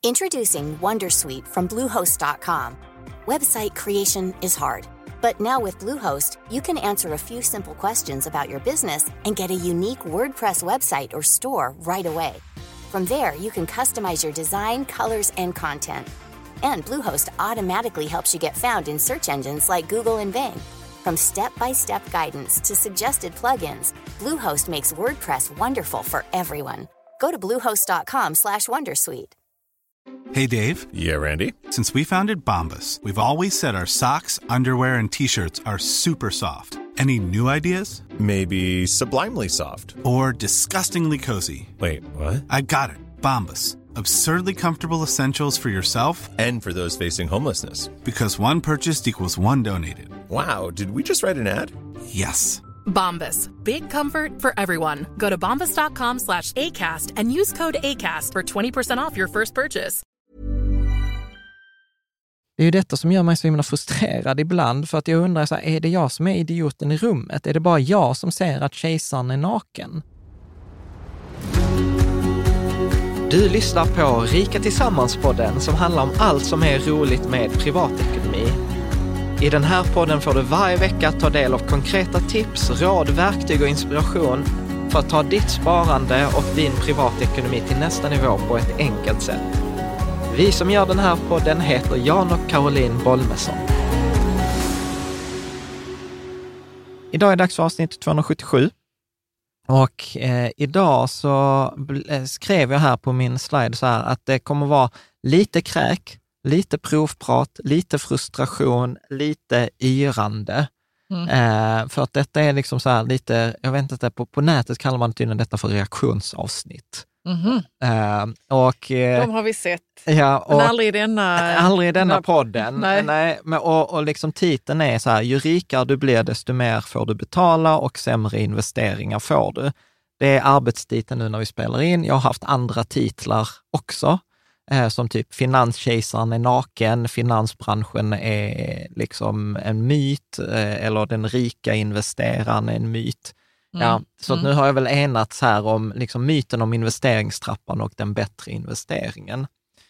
Introducing Wondersuite from Bluehost.com. Website creation is hard, but now with Bluehost, you can answer a few simple questions about your business and get a unique WordPress website or store right away. From there, you can customize your design, colors, and content. And Bluehost automatically helps you get found in search engines like Google and Bing. From step-by-step guidance to suggested plugins, Bluehost makes WordPress wonderful for everyone. Go to bluehost.com/wondersuite. Hey, Dave. Yeah, Randy. Since we founded Bombas, we've always said our socks, underwear, and T-shirts are super soft. Any new ideas? Maybe sublimely soft. Or disgustingly cozy. Wait, what? I got it. Bombas. Absurdly comfortable essentials for yourself and for those facing homelessness. Because one purchased equals one donated. Wow, did we just write an ad? Yes. Bombas. Big comfort for everyone. Go to bombas.com/ACAST and use code ACAST for 20% off your first purchase. Det är ju detta som gör mig så himla frustrerad ibland, för att jag undrar så här, är det jag som är idioten i rummet? Är det bara jag som ser att kejsaren är naken? Du lyssnar på Rika Tillsammans-podden som handlar om allt som är roligt med privatekonomi. I den här podden får du varje vecka ta del av konkreta tips, råd, verktyg och inspiration för att ta ditt sparande och din privatekonomi till nästa nivå på ett enkelt sätt. Vi som gör den här podden heter Jan och Caroline Bolmesson. Idag är dags för avsnitt 277. Och idag så skrev jag här på min slide så här att det kommer vara lite kräk, lite provprat, lite frustration, lite yrande. För att detta är liksom så här lite, jag vet inte, på nätet kallar man tydligen detta för reaktionsavsnitt. Och de har vi sett. Ja, och men aldrig i denna podden. Nej, och liksom titeln är så här: ju rikare du blir desto mer får du betala och sämre investeringar får du. Det är arbetstiteln nu när vi spelar in. Jag har haft andra titlar också, som typ finanskejsaren är naken, finansbranschen är liksom en myt, eller den rika investeraren är en myt. Ja, så att nu har jag väl enats här om liksom myten om investeringstrappan och den bättre investeringen.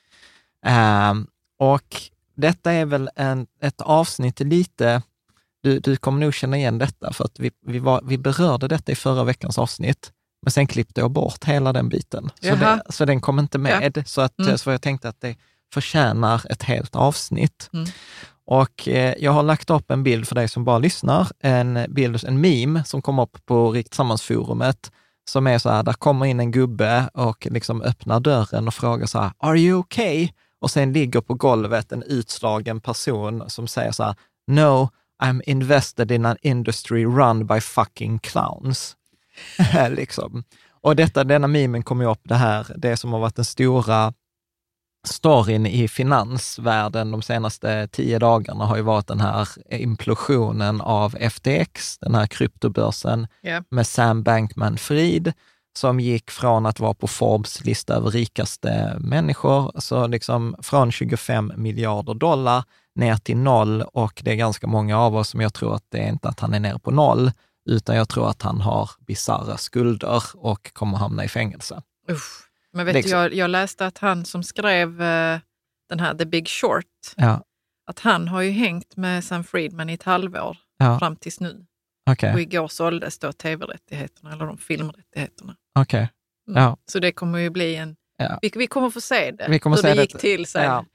Och detta är väl ett avsnitt lite, du kommer nog känna igen detta, för att vi berörde detta i förra veckans avsnitt, men sen klippte jag bort hela den biten. Så den kom inte med, så jag tänkte att det förtjänar ett helt avsnitt. Och jag har lagt upp en bild för dig som bara lyssnar, en meme som kom upp på Rikt Sammansforumet, som är så här: där kommer in en gubbe och liksom öppnar dörren och frågar så här: "Are you okay?" Och sen ligger på golvet en utslagen person som säger så här: "No, I'm invested in an industry run by fucking clowns." liksom. Och denna memen kommer ju upp, det som har varit den stora storyn i finansvärlden de senaste 10 dagarna har ju varit den här implosionen av FTX, den här kryptobörsen med Sam Bankman-Fried, som gick från att vara på Forbes lista över rikaste människor, så liksom från 25 miljarder dollar ner till 0, och det är ganska många av oss som jag tror att det är inte att han är ner på 0, utan jag tror att han har bizarra skulder och kommer hamna i fängelse. Men vet du, jag läste att han som skrev den här The Big Short, att han har ju hängt med Sam Friedman i ett halvår fram tills nu. Okay. Och igår såldes då tv-rättigheterna, eller de filmrättigheterna. Okay. Ja. Så det kommer ju bli en... Ja. Vi kommer få se det. Vi kommer hur se det gick till sen. Ja.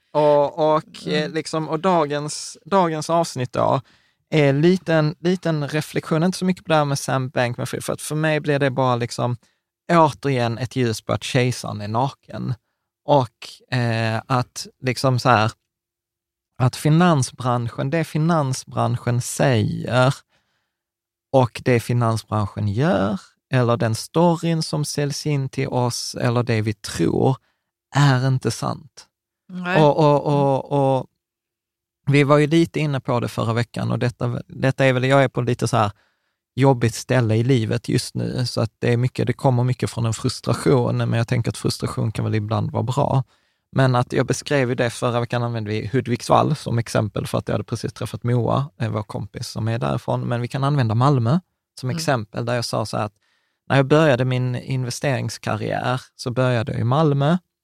Och dagens avsnitt då är liten reflektion, inte så mycket på det här med Sam Bankman-Fried, för att för mig blir det bara liksom återigen ett ljus på att kejsaren är naken. Och att liksom så här, att det finansbranschen säger och det finansbranschen gör, eller den storyn som säljs in till oss, eller det vi tror, är inte sant. Nej. Och vi var ju lite inne på det förra veckan, och detta är väl, jag är på lite så här jobbigt ställe i livet just nu, så att det kommer mycket från en frustration, men jag tänker att frustration kan väl ibland vara bra. Men att jag beskrev ju det förra veckan, använde vi Hudiksvall som exempel för att jag hade precis träffat Moa, vår kompis som är därifrån, men vi kan använda Malmö som exempel, där jag sa så här att när jag började min investeringskarriär så började jag i Malmö,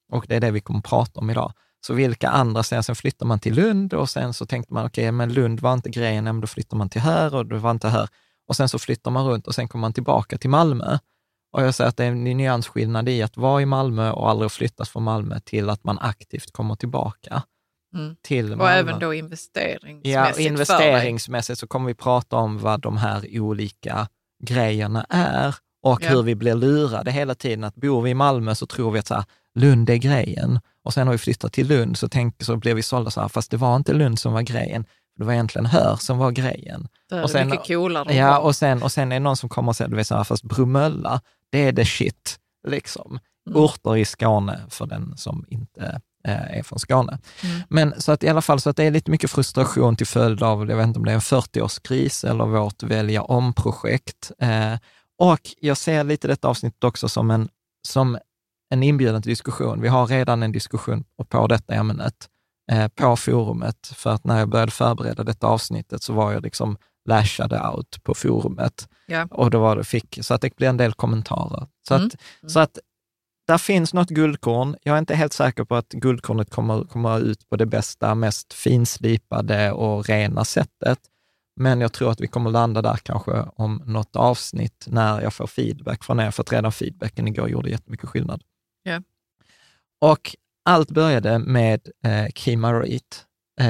Och det är det vi kommer att prata om idag. Så vilka andra sen flyttar man till Lund och sen så tänkte man okej, men Lund var inte grejen, men då flyttar man till här och det var inte här. Och sen så flyttar man runt och sen kommer man tillbaka till Malmö. Och jag säger att det är en nyansskillnad i att vara i Malmö och aldrig flyttas från Malmö till att man aktivt kommer tillbaka till Malmö. Och även då investeringsmässigt. Ja, investeringsmässigt så kommer vi prata om vad de här olika grejerna är och hur vi blir lurade hela tiden. Att bor vi i Malmö så tror vi att så här, Lund är grejen. Och sen har vi flyttat till Lund så blev vi sålda så här, fast det var inte Lund som var grejen. Det var egentligen Hör som var grejen. Det är och sen, mycket coolare. Ja, och sen är det någon som kommer och säger, du vet så här, fast Bromölla, det är the shit, liksom. Orter i Skåne för den som inte är från Skåne. Men så att i alla fall så att det är lite mycket frustration till följd av, jag vet inte om det är en 40-årskris eller vårt välja om-projekt. Och jag ser lite detta avsnitt också som en inbjudan till diskussion. Vi har redan en diskussion på detta ämnet på forumet, för att när jag började förbereda detta avsnittet så var jag liksom lashade out på forumet. Yeah. Och då var det så att det blir en del kommentarer. Så att där finns något guldkorn. Jag är inte helt säker på att guldkornet kommer ut på det bästa, mest finslipade och rena sättet. Men jag tror att vi kommer landa där kanske om något avsnitt när jag får feedback från er, för att redan feedbacken igår gjorde jättemycket skillnad. Yeah. Och allt började med Kima Reed.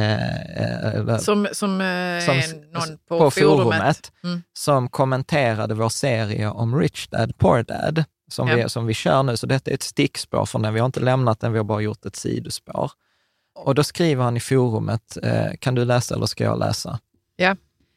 Som är någon på forumet. Som kommenterade vår serie om Rich Dad, Poor Dad som vi kör nu. Så detta är ett stickspår från den. Vi har inte lämnat den, vi har bara gjort ett sidospår. Och då skriver han i forumet, kan du läsa eller ska jag läsa? Ja.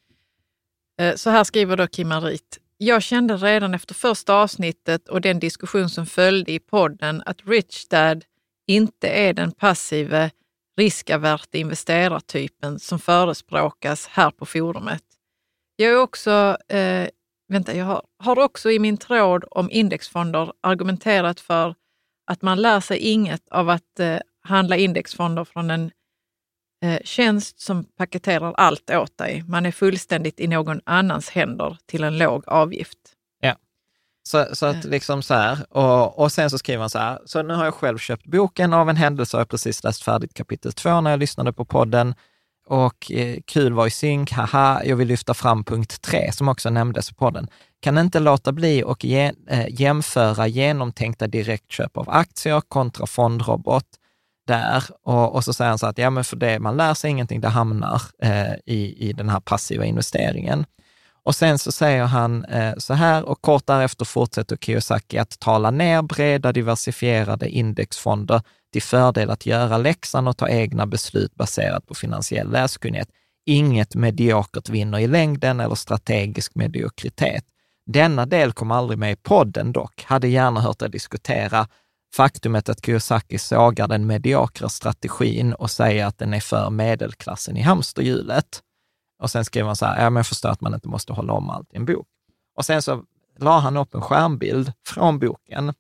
Så här skriver då Kima Reed. Jag kände redan efter första avsnittet och den diskussion som följde i podden att Rich Dad inte är den passiva riskaverte investerartypen som förespråkas här på forumet. Jag är också, jag har också i min tråd om indexfonder argumenterat för att man lär sig inget av att handla indexfonder från en tjänst som paketerar allt åt dig. Man är fullständigt i någon annans händer till en låg avgift. Ja, så att liksom så här. Och sen så skriver han så här. Så nu har jag själv köpt boken. Av en händelse har jag precis läst färdigt kapitel 2 när jag lyssnade på podden. Och kul var i synk. Haha, jag vill lyfta fram punkt 3 som också nämndes i podden. Kan inte låta bli och jämföra genomtänkta direktköp av aktier kontra fondrobot. Där, och så säger han så att ja, men för det man lär sig ingenting, det hamnar i den här passiva investeringen. Och sen så säger han så här, och kort därefter fortsätter Kiyosaki att tala ner breda diversifierade indexfonder till fördel att göra läxan och ta egna beslut baserat på finansiell läskunnighet. Inget mediokert vinner i längden eller strategisk mediokritet. Denna del kom aldrig med i podden dock. Hade gärna hört att diskutera faktumet att Kiyosaki sågar den mediokra strategin och säger att den är för medelklassen i hamsterhjulet. Och sen skriver han så här, ja men jag förstår att man inte måste hålla om allt i en bok. Och sen så la han upp en skärmbild från boken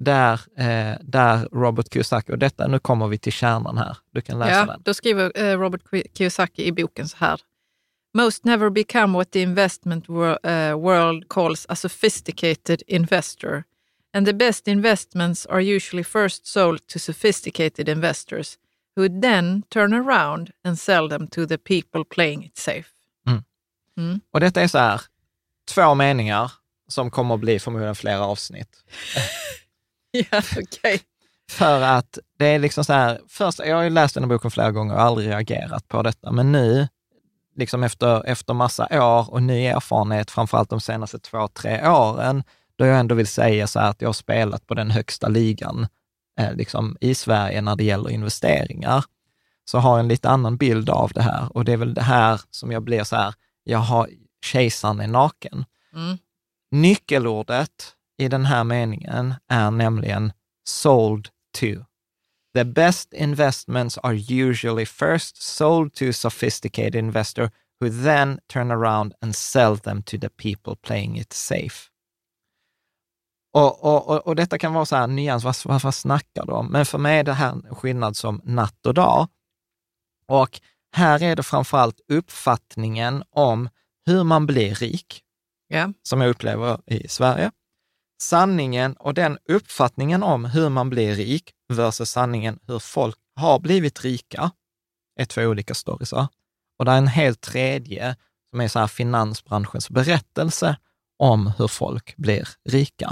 där Robert Kiyosaki, och detta, nu kommer vi till kärnan här, du kan läsa den. Då skriver Robert Kiyosaki i boken så här. Most never become what the investment world calls a sophisticated investor. And the best investments are usually first sold to sophisticated investors who then turn around and sell them to the people playing it safe. Och detta är så här, 2 meningar som kommer att bli förmodligen flera avsnitt. Ja, okej. För att det är liksom så här, först, jag har ju läst den här boken flera gånger och aldrig reagerat på detta, men nu, liksom efter massa år och ny erfarenhet, framförallt de senaste 2-3 åren, då jag ändå vill säga så här att jag har spelat på den högsta ligan liksom i Sverige när det gäller investeringar, så har jag en lite annan bild av det här. Och det är väl det här som jag blir så här, kejsaren är naken. Nyckelordet i den här meningen är nämligen sold to. The best investments are usually first sold to a sophisticated investor who then turn around and sell them to the people playing it safe. Och detta kan vara så här nyans, vad snackar de om? Men för mig är det här en skillnad som natt och dag. Och här är det framförallt uppfattningen om hur man blir rik, som jag upplever i Sverige. sanningen och den uppfattningen om hur man blir rik versus sanningen hur folk har blivit rika är 2 olika stories. Och det är en helt tredje som är så här finansbranschens berättelse om hur folk blir rika.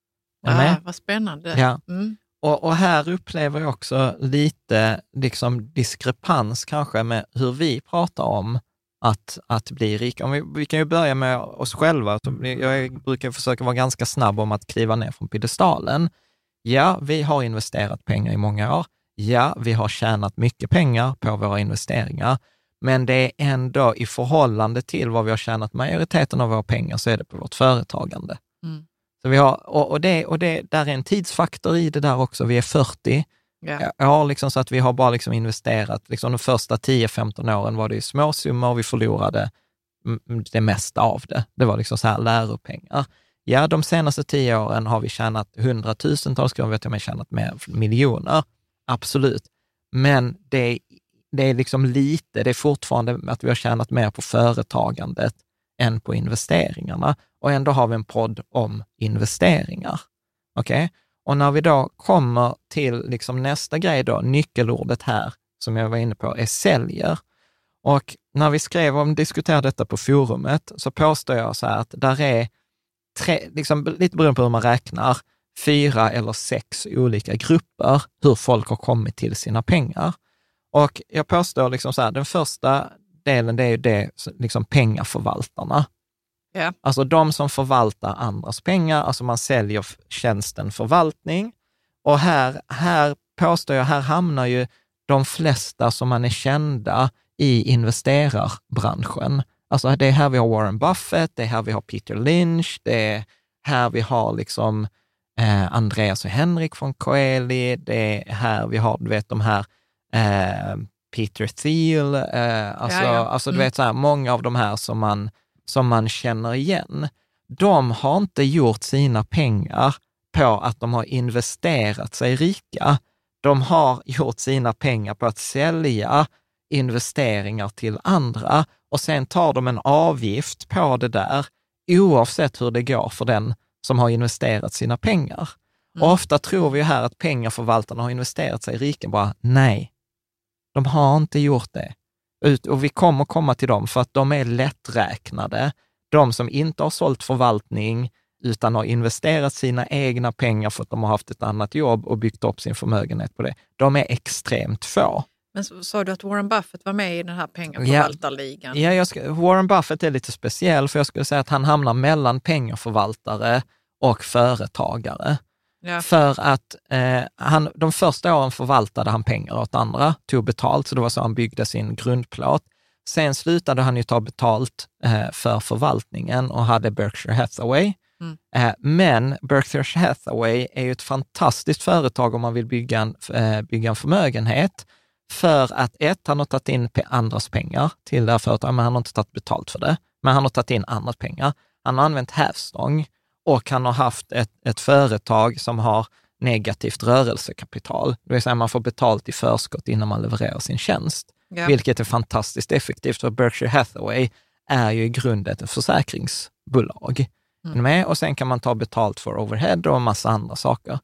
Vad spännande. Ja. Och här upplever jag också lite liksom diskrepans kanske med hur vi pratar om att bli rika. Vi kan ju börja med oss själva. Jag brukar försöka vara ganska snabb om att kliva ner från piedestalen. Ja, vi har investerat pengar i många år. Ja, vi har tjänat mycket pengar på våra investeringar. Men det är ändå i förhållande till vad vi har tjänat majoriteten av våra pengar så är det på vårt företagande. Så vi har, och det där är en tidsfaktor i det där också. Vi är 40 år liksom, så att vi har bara liksom investerat. Liksom de första 10-15 åren var det små summor och vi förlorade det mesta av det. Det var liksom så här läropengar. Ja, de senaste 10 åren har vi tjänat 100,000-tals kronor, vet jag, men tjänat mer miljoner. Absolut. Men det är liksom lite, det är fortfarande att vi har tjänat mer på företagandet än på investeringarna. Och ändå har vi en podd om investeringar. Okej? Och när vi då kommer till liksom nästa grej då, nyckelordet här som jag var inne på är säljer. Och när vi diskuterade detta på forumet så påstår jag så här att där är liksom, lite beroende på hur man räknar, 4 eller 6 olika grupper hur folk har kommit till sina pengar. Och jag påstår liksom så här, den första delen det är ju det liksom pengaförvaltarna. Yeah. Alltså de som förvaltar andras pengar, alltså man säljer tjänsten förvaltning. Och här påstår jag, här hamnar ju de flesta som man är kända i investerarbranschen. Alltså det är här vi har Warren Buffett, det är här vi har Peter Lynch, det är här vi har liksom Andreas och Henrik från Coeli, det är här vi har, du vet, de här Peter Thiel, alltså du vet så här, många av de här som man känner igen, de har inte gjort sina pengar på att de har investerat sig rika. De har gjort sina pengar på att sälja investeringar till andra och sen tar de en avgift på det där oavsett hur det går för den som har investerat sina pengar. Och ofta tror vi här att pengaförvaltarna har investerat sig rika. Bara nej, de har inte gjort det. Och vi kommer komma till dem för att de är lätträknade. De som inte har sålt förvaltning utan har investerat sina egna pengar för att de har haft ett annat jobb och byggt upp sin förmögenhet på det. De är extremt få. Men sa du att Warren Buffett var med i den här pengaförvaltarligan? Ja, Warren Buffett är lite speciell för jag skulle säga att han hamnar mellan pengaförvaltare och företagare. Ja. För att de första åren förvaltade han pengar åt andra, tog betalt, så det var så han byggde sin grundplåt. Sen slutade han ju ta betalt för förvaltningen och hade Berkshire Hathaway. Men Berkshire Hathaway är ju ett fantastiskt företag om man vill bygga en förmögenhet. För att han har tagit in andras pengar till det här företaget, men han har inte tagit betalt för det. Men han har tagit in andras pengar. Han har använt hävstång och han har haft ett företag som har negativt rörelsekapital. Det vill säga man får betalt i förskott innan man levererar sin tjänst. Ja. Vilket är fantastiskt effektivt. För Berkshire Hathaway är ju i grunden ett försäkringsbolag. Och sen kan man ta betalt för overhead och en massa andra saker.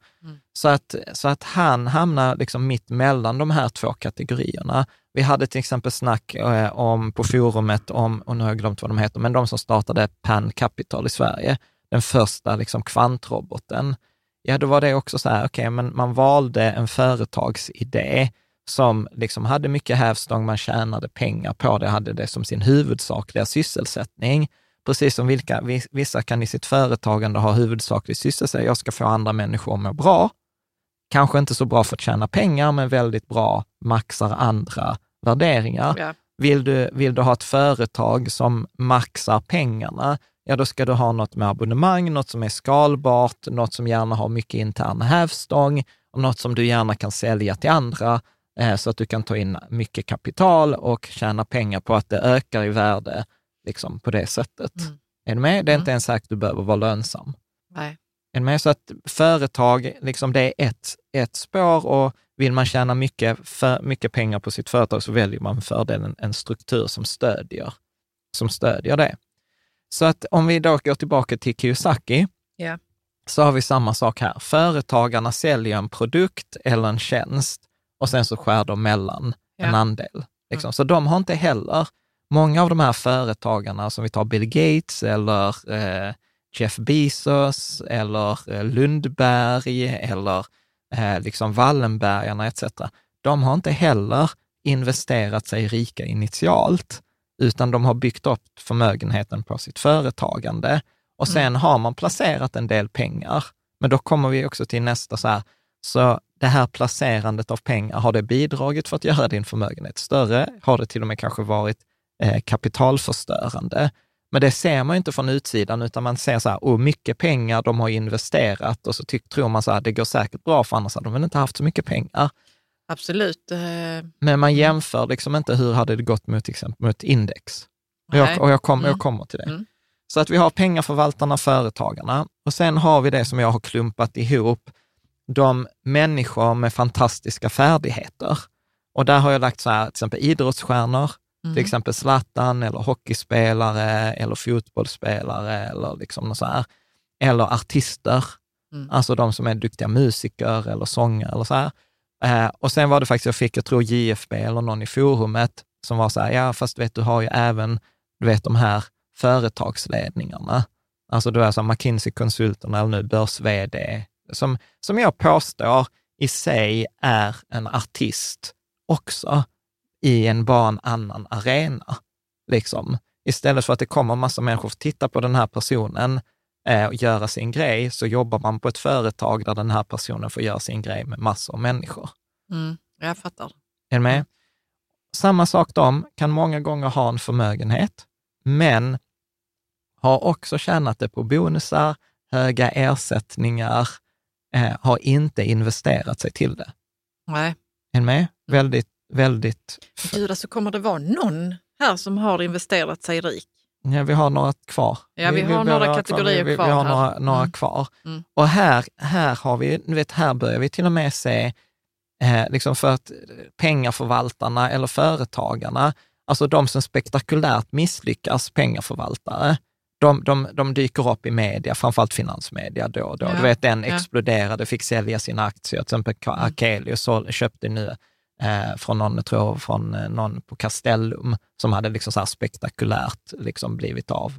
Så att han hamnar liksom mitt mellan de här 2 kategorierna. Vi hade till exempel snack på forumet och nu har jag glömt vad de heter, men de som startade Pan Capital i Sverige, den första liksom kvantroboten. Ja, då var det också så här, okej, men man valde en företagsidé som liksom hade mycket hävstång, man tjänade pengar på det, hade det som sin huvudsakliga sysselsättning. Precis som vissa kan i sitt företagande ha huvudsaklig sysselsättning. Jag ska få andra människor att må bra. Kanske inte så bra för att tjäna pengar, men väldigt bra maxar andra värderingar. Ja. Vill du ha ett företag som maxar pengarna, ja då ska du ha något med abonnemang, något som är skalbart, något som gärna har mycket intern hävstång och något som du gärna kan sälja till andra så att du kan ta in mycket kapital och tjäna pengar på att det ökar i värde liksom på det sättet. Är du med? Det är inte ens sagt att du behöver vara lönsam. Nej. Är du med? Så att företag, liksom det är ett spår och vill man tjäna mycket pengar på sitt företag så väljer man fördelen en struktur som stödjer det. Så att om vi då går tillbaka till Kiyosaki, så har vi samma sak här. Företagarna säljer en produkt eller en tjänst och sen så skär de mellan en andel. Liksom. Så de har inte heller, många av de här företagarna som vi tar Bill Gates eller Jeff Bezos eller Lundberg eller liksom Wallenbergarna etc. De har inte heller investerat sig rika initialt, utan de har byggt upp förmögenheten på sitt företagande och sen har man placerat en del pengar. Men då kommer vi också till nästa så här, så det här placerandet av pengar, har det bidragit för att göra din förmögenhet större? Har det till och med kanske varit kapitalförstörande? Men det ser man ju inte från utsidan, utan man ser så här, mycket pengar de har investerat och så tror man så här, det går säkert bra, för annars hade de väl inte haft så mycket pengar. Absolut. Men man jämför liksom inte hur hade det gått mot, till exempel, mot index. Jag kommer till det. Så att vi har pengarförvaltarna, företagarna, och sen har vi det som jag har klumpat ihop, de människor med fantastiska färdigheter. Och där har jag lagt så här, till exempel idrottsstjärnor, till exempel Zlatan eller hockeyspelare eller fotbollsspelare eller liksom något så här. Eller artister, alltså de som är duktiga musiker eller sångare eller så här. Och sen var det faktiskt, jag tror JFB eller någon i forumet som var så här, ja fast vet du har ju även, du vet de här företagsledningarna. Alltså du är så McKinsey-konsulterna eller nu börs-vd som jag påstår i sig är en artist också i bara en annan arena. Liksom. Istället för att det kommer en massa människor för att titta på den här personen och göra sin grej, så jobbar man på ett företag där den här personen får göra sin grej med massor av människor. Jag fattar. Är du med? Samma sak, de kan många gånger ha en förmögenhet, men har också tjänat det på bonusar, höga ersättningar, har inte investerat sig till det. Nej. Är du med? Väldigt... Gud, alltså kommer det vara någon här som har investerat sig rik? Ja, vi har några kvar. Ja, vi har några kategorier kvar. Vi har några kvar. Och här har vi, här börjar vi till och med se, liksom för att pengarförvaltarna eller företagarna, alltså de som spektakulärt misslyckas, pengarförvaltare, de dyker upp i media, framförallt finansmedia då och då. Ja. Du vet, den exploderade, fick sälja sina aktier. Till exempel Akelius köpte nu från någon på Castellum som hade liksom så här spektakulärt liksom blivit av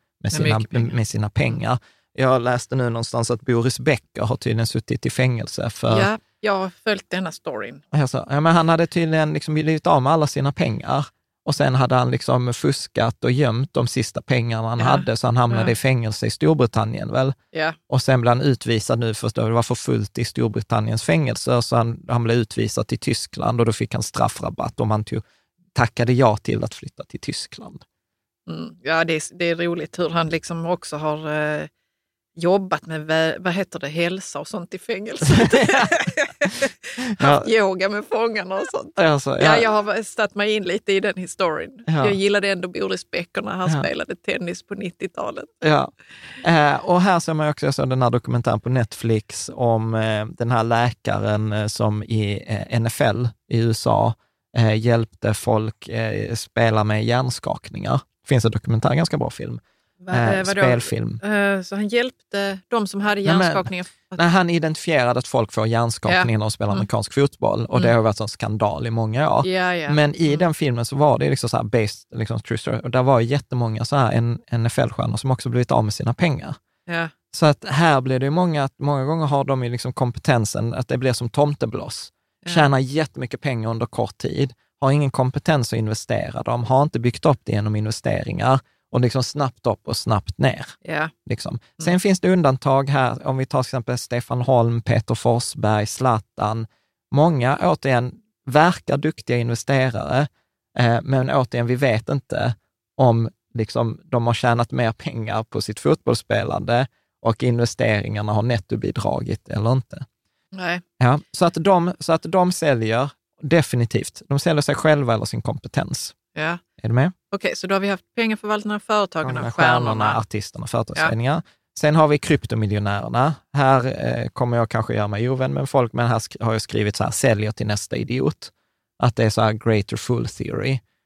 med sina pengar. Jag läste nu någonstans att Boris Becker har tydligen suttit i fängelse för... Ja, jag har följt denna storyn. Alltså, men han hade tydligen liksom blivit av med alla sina pengar. Och sen hade han liksom fuskat och gömt de sista pengarna han hade, så han hamnade i fängelse i Storbritannien väl. Ja. Och sen blev han utvisad nu, förstår du, det var för fullt i Storbritanniens fängelse, så han blev utvisad till Tyskland och då fick han straffrabatt om han tackade ja till att flytta till Tyskland. Ja, det är roligt hur han liksom också har jobbat med, hälsa och sånt i fängelset. Haft yoga med fångarna och sånt. Alltså, jag har stått mig in lite i den historien. Ja. Jag gillade ändå Boris Becker när han spelade tennis på 90-talet. Ja. Och här ser man också den här dokumentären på Netflix om den här läkaren som i NFL i USA hjälpte folk spela med hjärnskakningar. Det finns en dokumentär, ganska bra film. Spelfilm. Så han hjälpte de som hade hjärnskakningar? Nej, han identifierade att folk får hjärnskakningar när de spelar amerikansk fotboll. Och det har varit en skandal i många år. Men i den filmen så var det liksom så här based, liksom true story. Och där var jättemånga så här NFL-stjärnor som också blivit av med sina pengar. Ja. Så att här blir det många gånger har de ju liksom kompetensen att det blir som tomtebloss. Tjänar jättemycket pengar under kort tid. Har ingen kompetens att investera. De har inte byggt upp det genom investeringar. Och liksom snabbt upp och snabbt ner. Yeah. Liksom. Sen finns det undantag här, om vi tar till exempel Stefan Holm, Peter Forsberg, Zlatan. Många, återigen, verkar duktiga investerare, men återigen, vi vet inte om liksom, de har tjänat mer pengar på sitt fotbollsspelande och investeringarna har nettobidragit eller inte. Nej. Ja, så att de säljer definitivt. De säljer sig själva eller sin kompetens. Ja. Är du med? Okej, så då har vi haft pengarförvaltarna, företagarna, stjärnorna, artisterna, företagsledningar. Ja. Sen har vi kryptomiljonärerna. Här kommer jag kanske göra mig ovän med folk, men här har jag skrivit så här, säljer till nästa idiot. Att det är så här greater fool theory.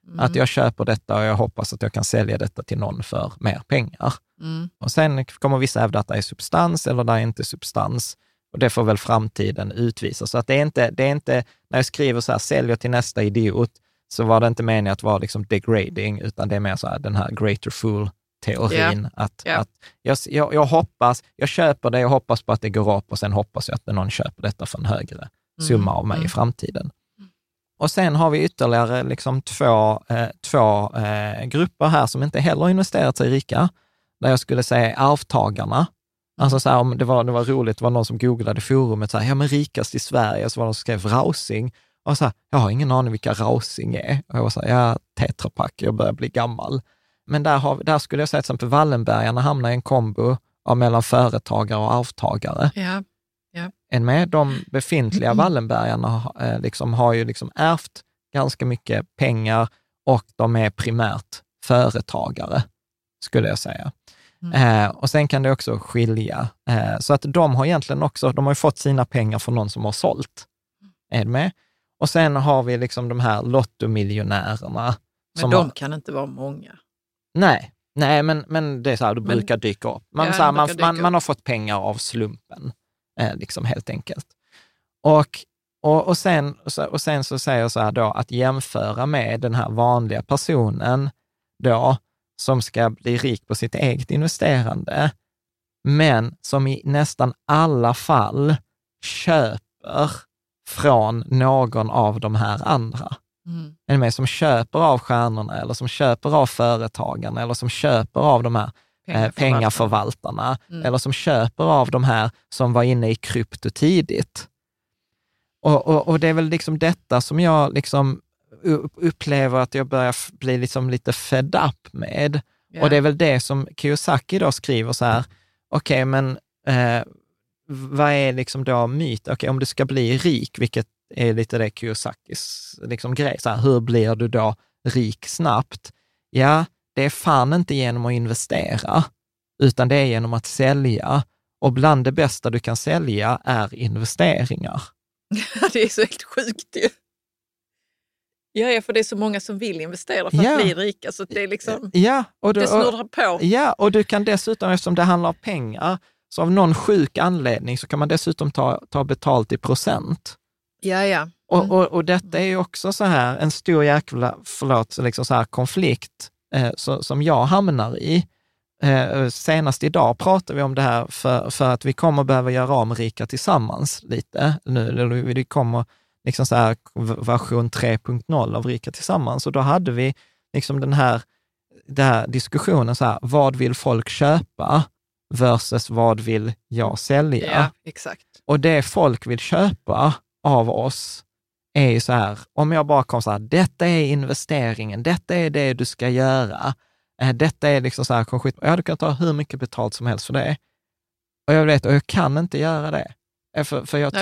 Att jag köper detta och jag hoppas att jag kan sälja detta till någon för mer pengar. Och sen kommer vissa hävda att det är substans eller det är inte substans. Och det får väl framtiden utvisa. Så att det är inte när jag skriver så här, säljer till nästa idiot, så var det inte meningen att vara liksom degrading, utan det är mer så här den här greater fool-teorin. Att jag hoppas, jag köper det, jag hoppas på att det går upp och sen hoppas jag att någon köper detta för en högre summa av mig i framtiden. Och sen har vi ytterligare liksom två grupper här som inte heller har investerat sig rika, där jag skulle säga arvtagarna. Alltså så här, om det var roligt, det var någon som googlade forumet så här, ja men rikast i Sverige, så var de som skrev Rausing. Och så här, jag har ingen aning vilka Rausing är. Och jag var så här, ja, Tetra Pak, jag börjar bli gammal. Men där skulle jag säga till exempel Wallenbergarna hamnar i en kombo av mellan företagare och arvtagare. Ja. Än med de befintliga Wallenbergarna liksom har ju liksom ärvt ganska mycket pengar och de är primärt företagare, skulle jag säga. Och sen kan det också skilja. Så att de har egentligen också, de har ju fått sina pengar från någon som har sålt. Är det med? Och sen har vi liksom de här lottomiljonärerna. Men de kan inte vara många. Nej, men det är så här, det brukar dyka upp. Man har fått pengar av slumpen. Liksom helt enkelt. Och sen så säger jag så här då, att jämföra med den här vanliga personen då, som ska bli rik på sitt eget investerande, men som i nästan alla fall köper från någon av de här andra. Är med som köper av stjärnorna eller som köper av företagarna eller som köper av de här pengaförvaltarna eller som köper av de här som var inne i krypto tidigt. Och det är väl liksom detta som jag liksom upplever att jag börjar bli liksom lite fed up med. Yeah. Och det är väl det som Kiyosaki då skriver så här, okej, men vad är liksom då myt? Okej, om du ska bli rik, vilket är lite det Kiyosakis liksom grej, så här, hur blir du då rik snabbt? Ja, det är fan inte genom att investera, utan det är genom att sälja. Och bland det bästa du kan sälja är investeringar. Det är så helt sjukt ju. Ja, för det är så många som vill investera för att bli rika, så det är liksom, det snurrar på. Ja, och du kan dessutom, eftersom det handlar om pengar, så av någon sjuk anledning så kan man dessutom ta betalt i procent. Ja. Och detta är ju också så här en stor jäkla, liksom så här konflikt som jag hamnar i. Senast idag pratar vi om det här för att vi kommer behöva göra om Rika Tillsammans lite. Nu det kommer liksom så här version 3.0 av Rika Tillsammans, och då hade vi liksom den här diskussionen så här, vad vill folk köpa versus vad vill jag sälja? Ja, exakt. Och det folk vill köpa av oss är ju så här, om jag bara kommer så här, detta är investeringen, detta är det du ska göra, detta är liksom så här, ja, du kan ta hur mycket betalt som helst för det. Och jag vet, och jag kan inte göra det. För jag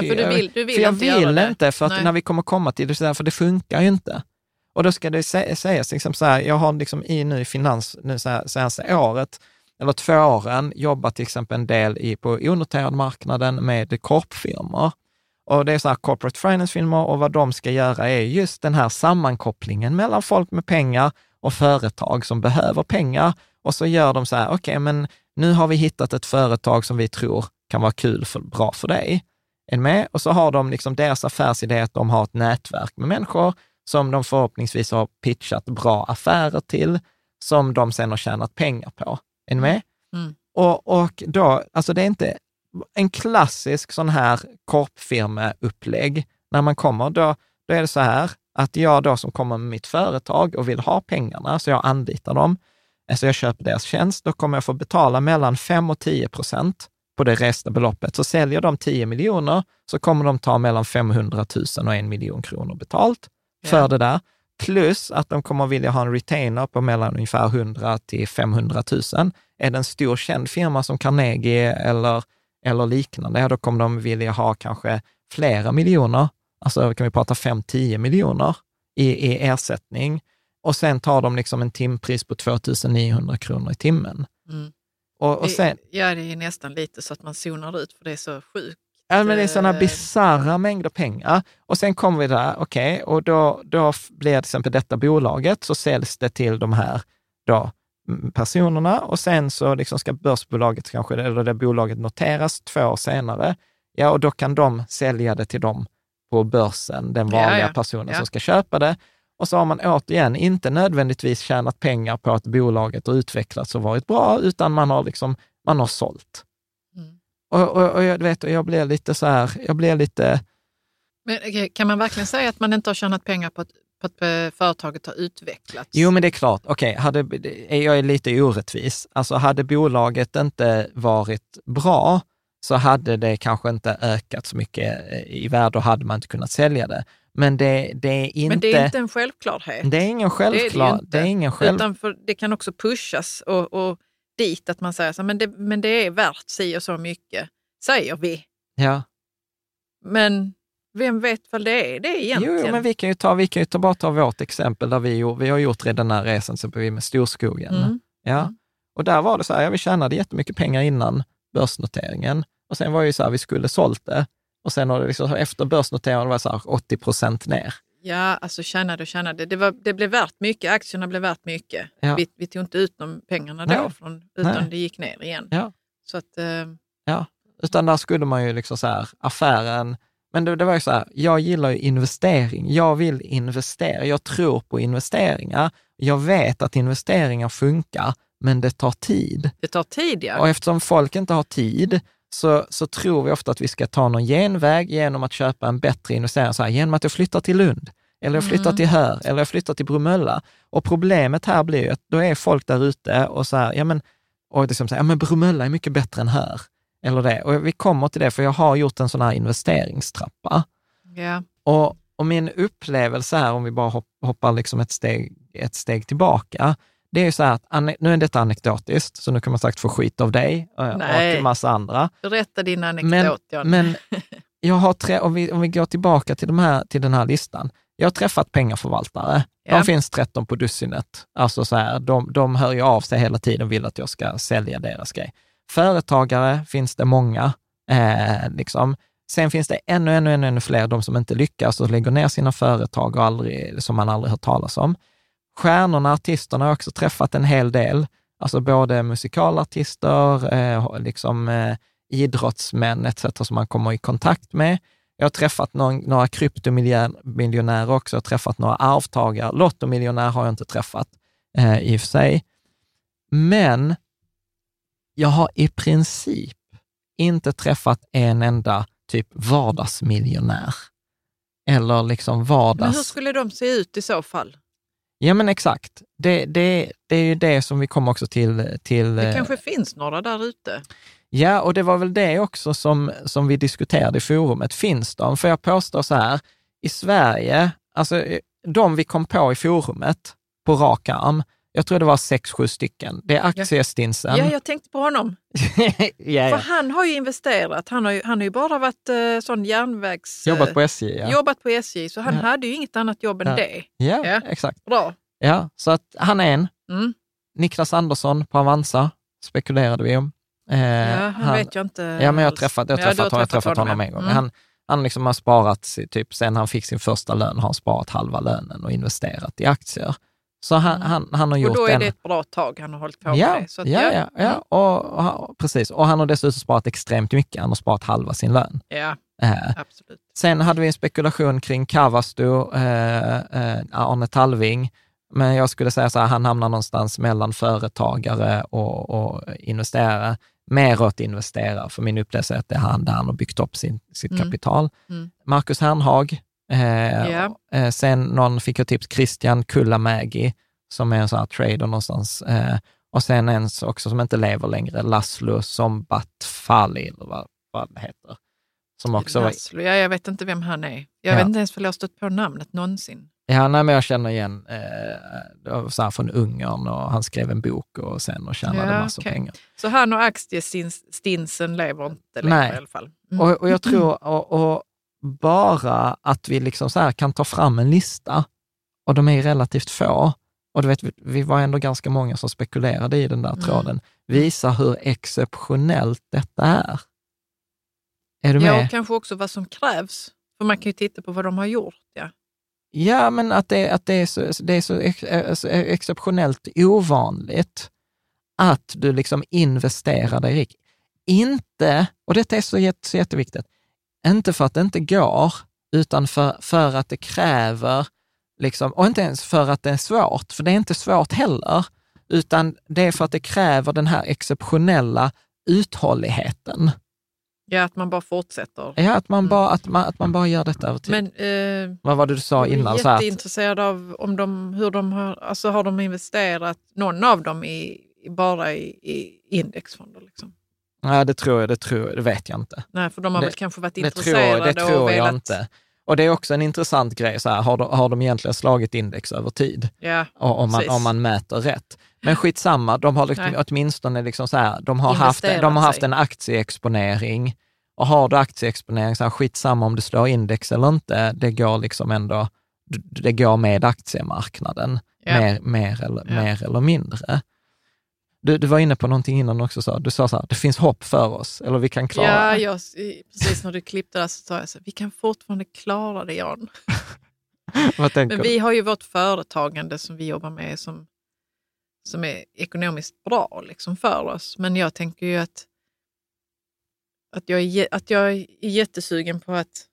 vill inte, för att när vi komma till det, så där, för det funkar ju inte. Och då ska det sägas liksom så här, jag har liksom i finans nu senaste året, eller 2 åren, jobbat till exempel en del på onoterad marknaden med korpfirmor. Och det är så här corporate finance-firmor, och vad de ska göra är just den här sammankopplingen mellan folk med pengar och företag som behöver pengar. Och så gör de så här, okej, men nu har vi hittat ett företag som vi tror kan vara bra för dig. Är med? Och så har de liksom deras affärsidé att de har ett nätverk med människor som de förhoppningsvis har pitchat bra affärer till, som de sen har tjänat pengar på. Är med? Och då, alltså det är inte en klassisk sån här korpfirmeupplägg. När man kommer, då är det så här att jag då som kommer med mitt företag och vill ha pengarna, så jag anlitar dem, alltså jag köper deras tjänst, då kommer jag få betala mellan 5 och 10% på det resta beloppet. Så säljer de 10 miljoner, så kommer de ta mellan 500 000 och 1 miljon kronor betalt för det där. Plus att de kommer vilja ha en retainer på mellan ungefär 100 till 500 000. Är det en stor känd firma som Carnegie eller liknande, då kommer de vilja ha kanske flera miljoner. Alltså kan vi prata 5-10 miljoner i ersättning. Och sen tar de liksom en timpris på 2900 kronor i timmen. Och sen, ja, det är nästan lite så att man zonar ut, för det är så sjukt. Ja, men det är sådana bizarra mängder pengar. Och sen kommer vi där, okej, och då blir till exempel detta bolaget, så säljs det till de här då personerna, och sen så liksom ska börsbolaget kanske, eller det bolaget noteras 2 år senare, ja, och då kan de sälja det till dem på börsen, den vanliga personen som ska köpa det. Och så har man återigen inte nödvändigtvis tjänat pengar på att bolaget har utvecklats och varit bra, utan man har sålt. Och jag blir lite så här, Men kan man verkligen säga att man inte har tjänat pengar på att företaget har utvecklats? Jo, men det är klart. Okej, jag är lite orättvis. Alltså hade bolaget inte varit bra, så hade det kanske inte ökat så mycket i värde, och hade man inte kunnat sälja det. Men det är inte... Men det är inte en självklarhet. Det är ingen självklar... Utan för det kan också pushas och dit att man säger så, men det är värt si och så mycket, säger vi. Ja. Men vem vet vad det är egentligen? Jo, men vi kan ju bara ta vårt exempel där vi har gjort redan den här resan så med Storskogen. Ja. Och där var det så här, vi tjänade jättemycket pengar innan börsnoteringen, och sen var det ju så här, vi skulle sålt det, och sen har det liksom, efter börsnoteringen var det så här 80% ner. Ja, alltså tjänade. Det blev värt mycket, aktierna blev värt mycket. Ja. Vi tog inte ut de pengarna då, utan det gick ner igen. Ja. Så att... Ja, utan där skulle man ju liksom så här, affären... Men det var ju så här, jag gillar ju investering. Jag vill investera. Jag tror på investeringar. Jag vet att investeringar funkar, men det tar tid. Det tar tid, ja. Och eftersom folk inte har tid, så tror vi ofta att vi ska ta någon genväg genom att köpa en bättre investering. Så här, genom att jag flyttar till Lund, eller jag flyttar till Hör, eller jag flyttar till Bromölla. Och problemet här blir ju att då är folk där ute och så här, och det som säger, men Bromölla är mycket bättre än Hör. Eller det. Och vi kommer till det, för jag har gjort en sån här investeringstrappa. Yeah. Och min upplevelse här, om vi bara hoppar liksom ett steg tillbaka, det är ju så här att, nu är detta anekdotiskt, så nu kan man sagt få skit av dig och en massa andra. Berätta din anekdot, John. Men jag har om vi går tillbaka till den här listan, jag har träffat pengarförvaltare. Yeah. De finns 13 på dussinet. Alltså så här, de hör ju av sig hela tiden och vill att jag ska sälja deras grej. Företagare finns det många. Liksom. Sen finns det ännu fler, de som inte lyckas och lägger ner sina företag och som man aldrig hört talas om. Stjärnorna, artisterna har också träffat en hel del. Alltså både musikalartister, idrottsmän etc. som man kommer i kontakt med. Jag har träffat några kryptomiljonärer också. Jag har träffat några arvtagare. Lottomiljonärer har jag inte träffat i och för sig. Men jag har i princip inte träffat en enda typ vardagsmiljonär. Eller liksom Men hur skulle de se ut i så fall? Ja, men exakt. Det är ju det som vi kommer också till... Det kanske finns några där ute. Ja, och det var väl det också som vi diskuterade i forumet. Finns de? För jag påstår så här, i Sverige, alltså de vi kom på i forumet på rak arm, jag tror det var 6-7 stycken. Det är Aktiestinsen. Ja, jag tänkte på honom. ja. För han har ju investerat. Han har ju bara varit sån järnvägs... Jobbat på SJ, ja. Jobbat på SJ, så han hade ju inget annat jobb än det. Ja, exakt. Bra. Ja, så att han är en. Niklas Andersson på Avanza spekulerade vi om. Han vet jag inte. Ja, men jag har träffat honom en gång. Han liksom har sparat, typ sen han fick sin första lön har han sparat halva lönen och investerat i aktier. Så han har gjort... Och då är det ett bra tag han har hållit på med det. Så att och precis. Och han har dessutom sparat extremt mycket. Han har sparat halva sin lön. Ja, absolut. Sen hade vi en spekulation kring Kavastu, Arne Talving. Men jag skulle säga så här, han hamnar någonstans mellan företagare och investerare. Mer åt investerare, för min upplevelse är att det är han där han har byggt upp sitt kapital. Marcus Hernhag. Sen någon fick jag tips, Christian Kullamägi, som är en sån här trader någonstans. Och sen en också som inte lever längre, Laszlo Sombatfali, eller vad det heter. Som också Laszlo, jag vet inte vem han är. Jag vet inte ens för jag har stött på namnet någonsin. Ja, nej, men jag känner igen så här från Ungern, och han skrev en bok och tjänade massor pengar. Så han och Aktiestinsen lever inte längre i alla fall. Och jag tror, och bara att vi liksom så här kan ta fram en lista, och de är relativt få, och du vet, vi var ändå ganska många som spekulerade i den där tråden, visar hur exceptionellt detta är. Är du med? Ja, och kanske också vad som krävs. För man kan ju titta på vad de har gjort, ja. Ja, men att det är så exceptionellt ovanligt att du liksom investerar dig rik. Inte, och detta är så jätteviktigt, inte för att det inte går, utan för att det kräver, liksom, och inte ens för att det är svårt, för det är inte svårt heller, utan det är för att det kräver den här exceptionella uthålligheten. Ja, att man bara fortsätter. Ja, att man bara gör detta över tid. Men, vad var det du sa innan? Jag är jätteintresserad av hur de har de investerat, någon av dem bara i indexfonder liksom. Nej, det vet jag inte. Nej, för de har väl kanske varit intresserade det tror och velat... jag inte. Och det är också en intressant grej, så här, har de egentligen slagit index över tid? Ja, om man mäter rätt. Men skitsamma, de har åtminstone liksom så här, de har haft en aktieexponering. Och har du aktieexponering, så här, skitsamma om du slår index eller inte, det går liksom ändå, det går med aktiemarknaden, mer eller mindre. Du var inne på någonting innan också, du sa så här, det finns hopp för oss, eller vi kan klara det. Ja, precis när du klippte där så sa jag så här, vi kan fortfarande klara det, Jan. Vad tänker Men vi har ju vårt företagande som vi jobbar med som är ekonomiskt bra liksom för oss. Men jag tänker ju att jag är jättesugen på att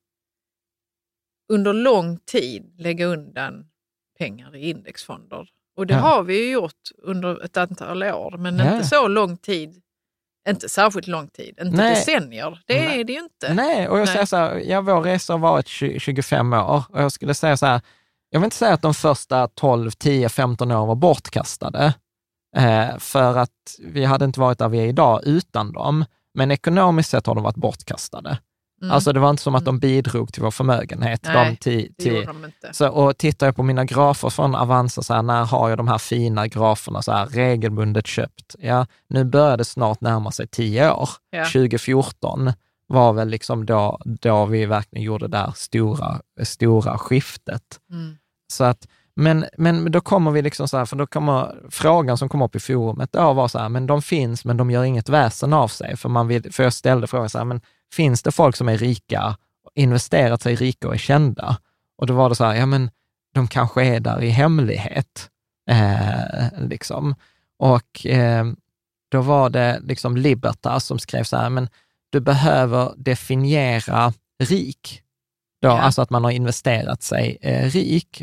under lång tid lägga undan pengar i indexfonder. Och det har vi ju gjort under ett antal år, men inte så lång tid. Inte särskilt lång tid, inte decennier. Det är det ju inte. Nej, och jag säger så här, vår resa har varit 25 år. Och jag skulle säga så här, jag vill inte säga att de första 12, 10, 15 år var bortkastade. För att vi hade inte varit där vi är idag utan dem. Men ekonomiskt sett har de varit bortkastade. Alltså det var inte som att de bidrog till vår förmögenhet. Nej, det gjorde de inte. Så, och tittar jag på mina grafer från Avanza, så här, när har jag de här fina graferna så här, regelbundet köpt? Ja, nu börjar det snart närma sig 10 år. Ja. 2014 var väl liksom då vi verkligen gjorde det där stora skiftet. Så att, men då kommer vi liksom så här, för då kommer frågan som kom upp i forumet då var så här, men de finns, men de gör inget väsen av sig. För jag ställde frågan så här, men finns det folk som är rika, investerat sig rika och är kända? Och då var det så här, ja men de kanske är där i hemlighet. Liksom. Och då var det liksom Libertas som skrev så här, men du behöver definiera rik. Då, alltså att man har investerat sig rik.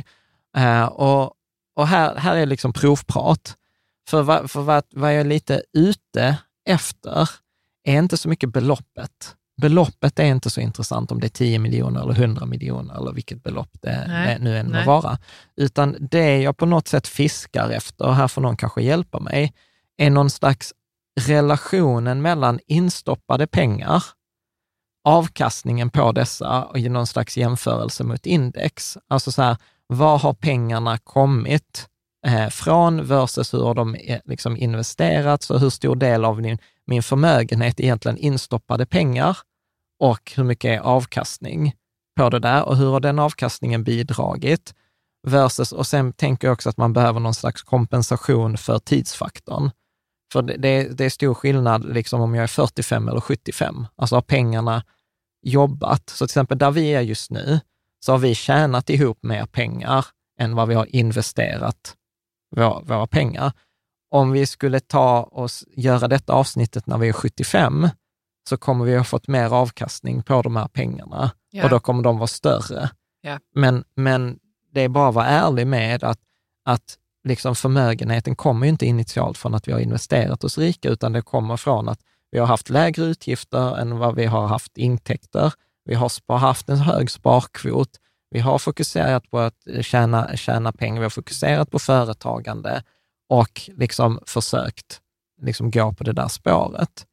Och här är liksom provprat. För vad jag är lite ute efter är inte så mycket beloppet. Beloppet är inte så intressant om det är 10 miljoner eller 100 miljoner eller vilket belopp det nu än må vara. Utan det jag på något sätt fiskar efter, och här får någon kanske hjälpa mig, är någon slags relationen mellan instoppade pengar, avkastningen på dessa och i någon slags jämförelse mot index. Alltså så här, vad har pengarna kommit från versus hur de liksom investerats och hur stor del av min förmögenhet egentligen instoppade pengar och hur mycket är avkastning på det där och hur har den avkastningen bidragit versus, och sen tänker jag också att man behöver någon slags kompensation för tidsfaktorn. För det är stor skillnad liksom om jag är 45 eller 75. Alltså har pengarna jobbat. Så till exempel där vi är just nu så har vi tjänat ihop mer pengar än vad vi har investerat våra pengar. Om vi skulle ta och göra detta avsnittet när vi är 75 så kommer vi ha fått mer avkastning på de här pengarna och då kommer de vara större. Men det är bara att vara ärlig med att liksom förmögenheten kommer ju inte initialt från att vi har investerat oss rika, utan det kommer från att vi har haft lägre utgifter än vad vi har haft intäkter. Vi har haft en hög sparkvot. Vi har fokuserat på att tjäna pengar. Vi har fokuserat på företagande och liksom försökt liksom gå på det där spåret.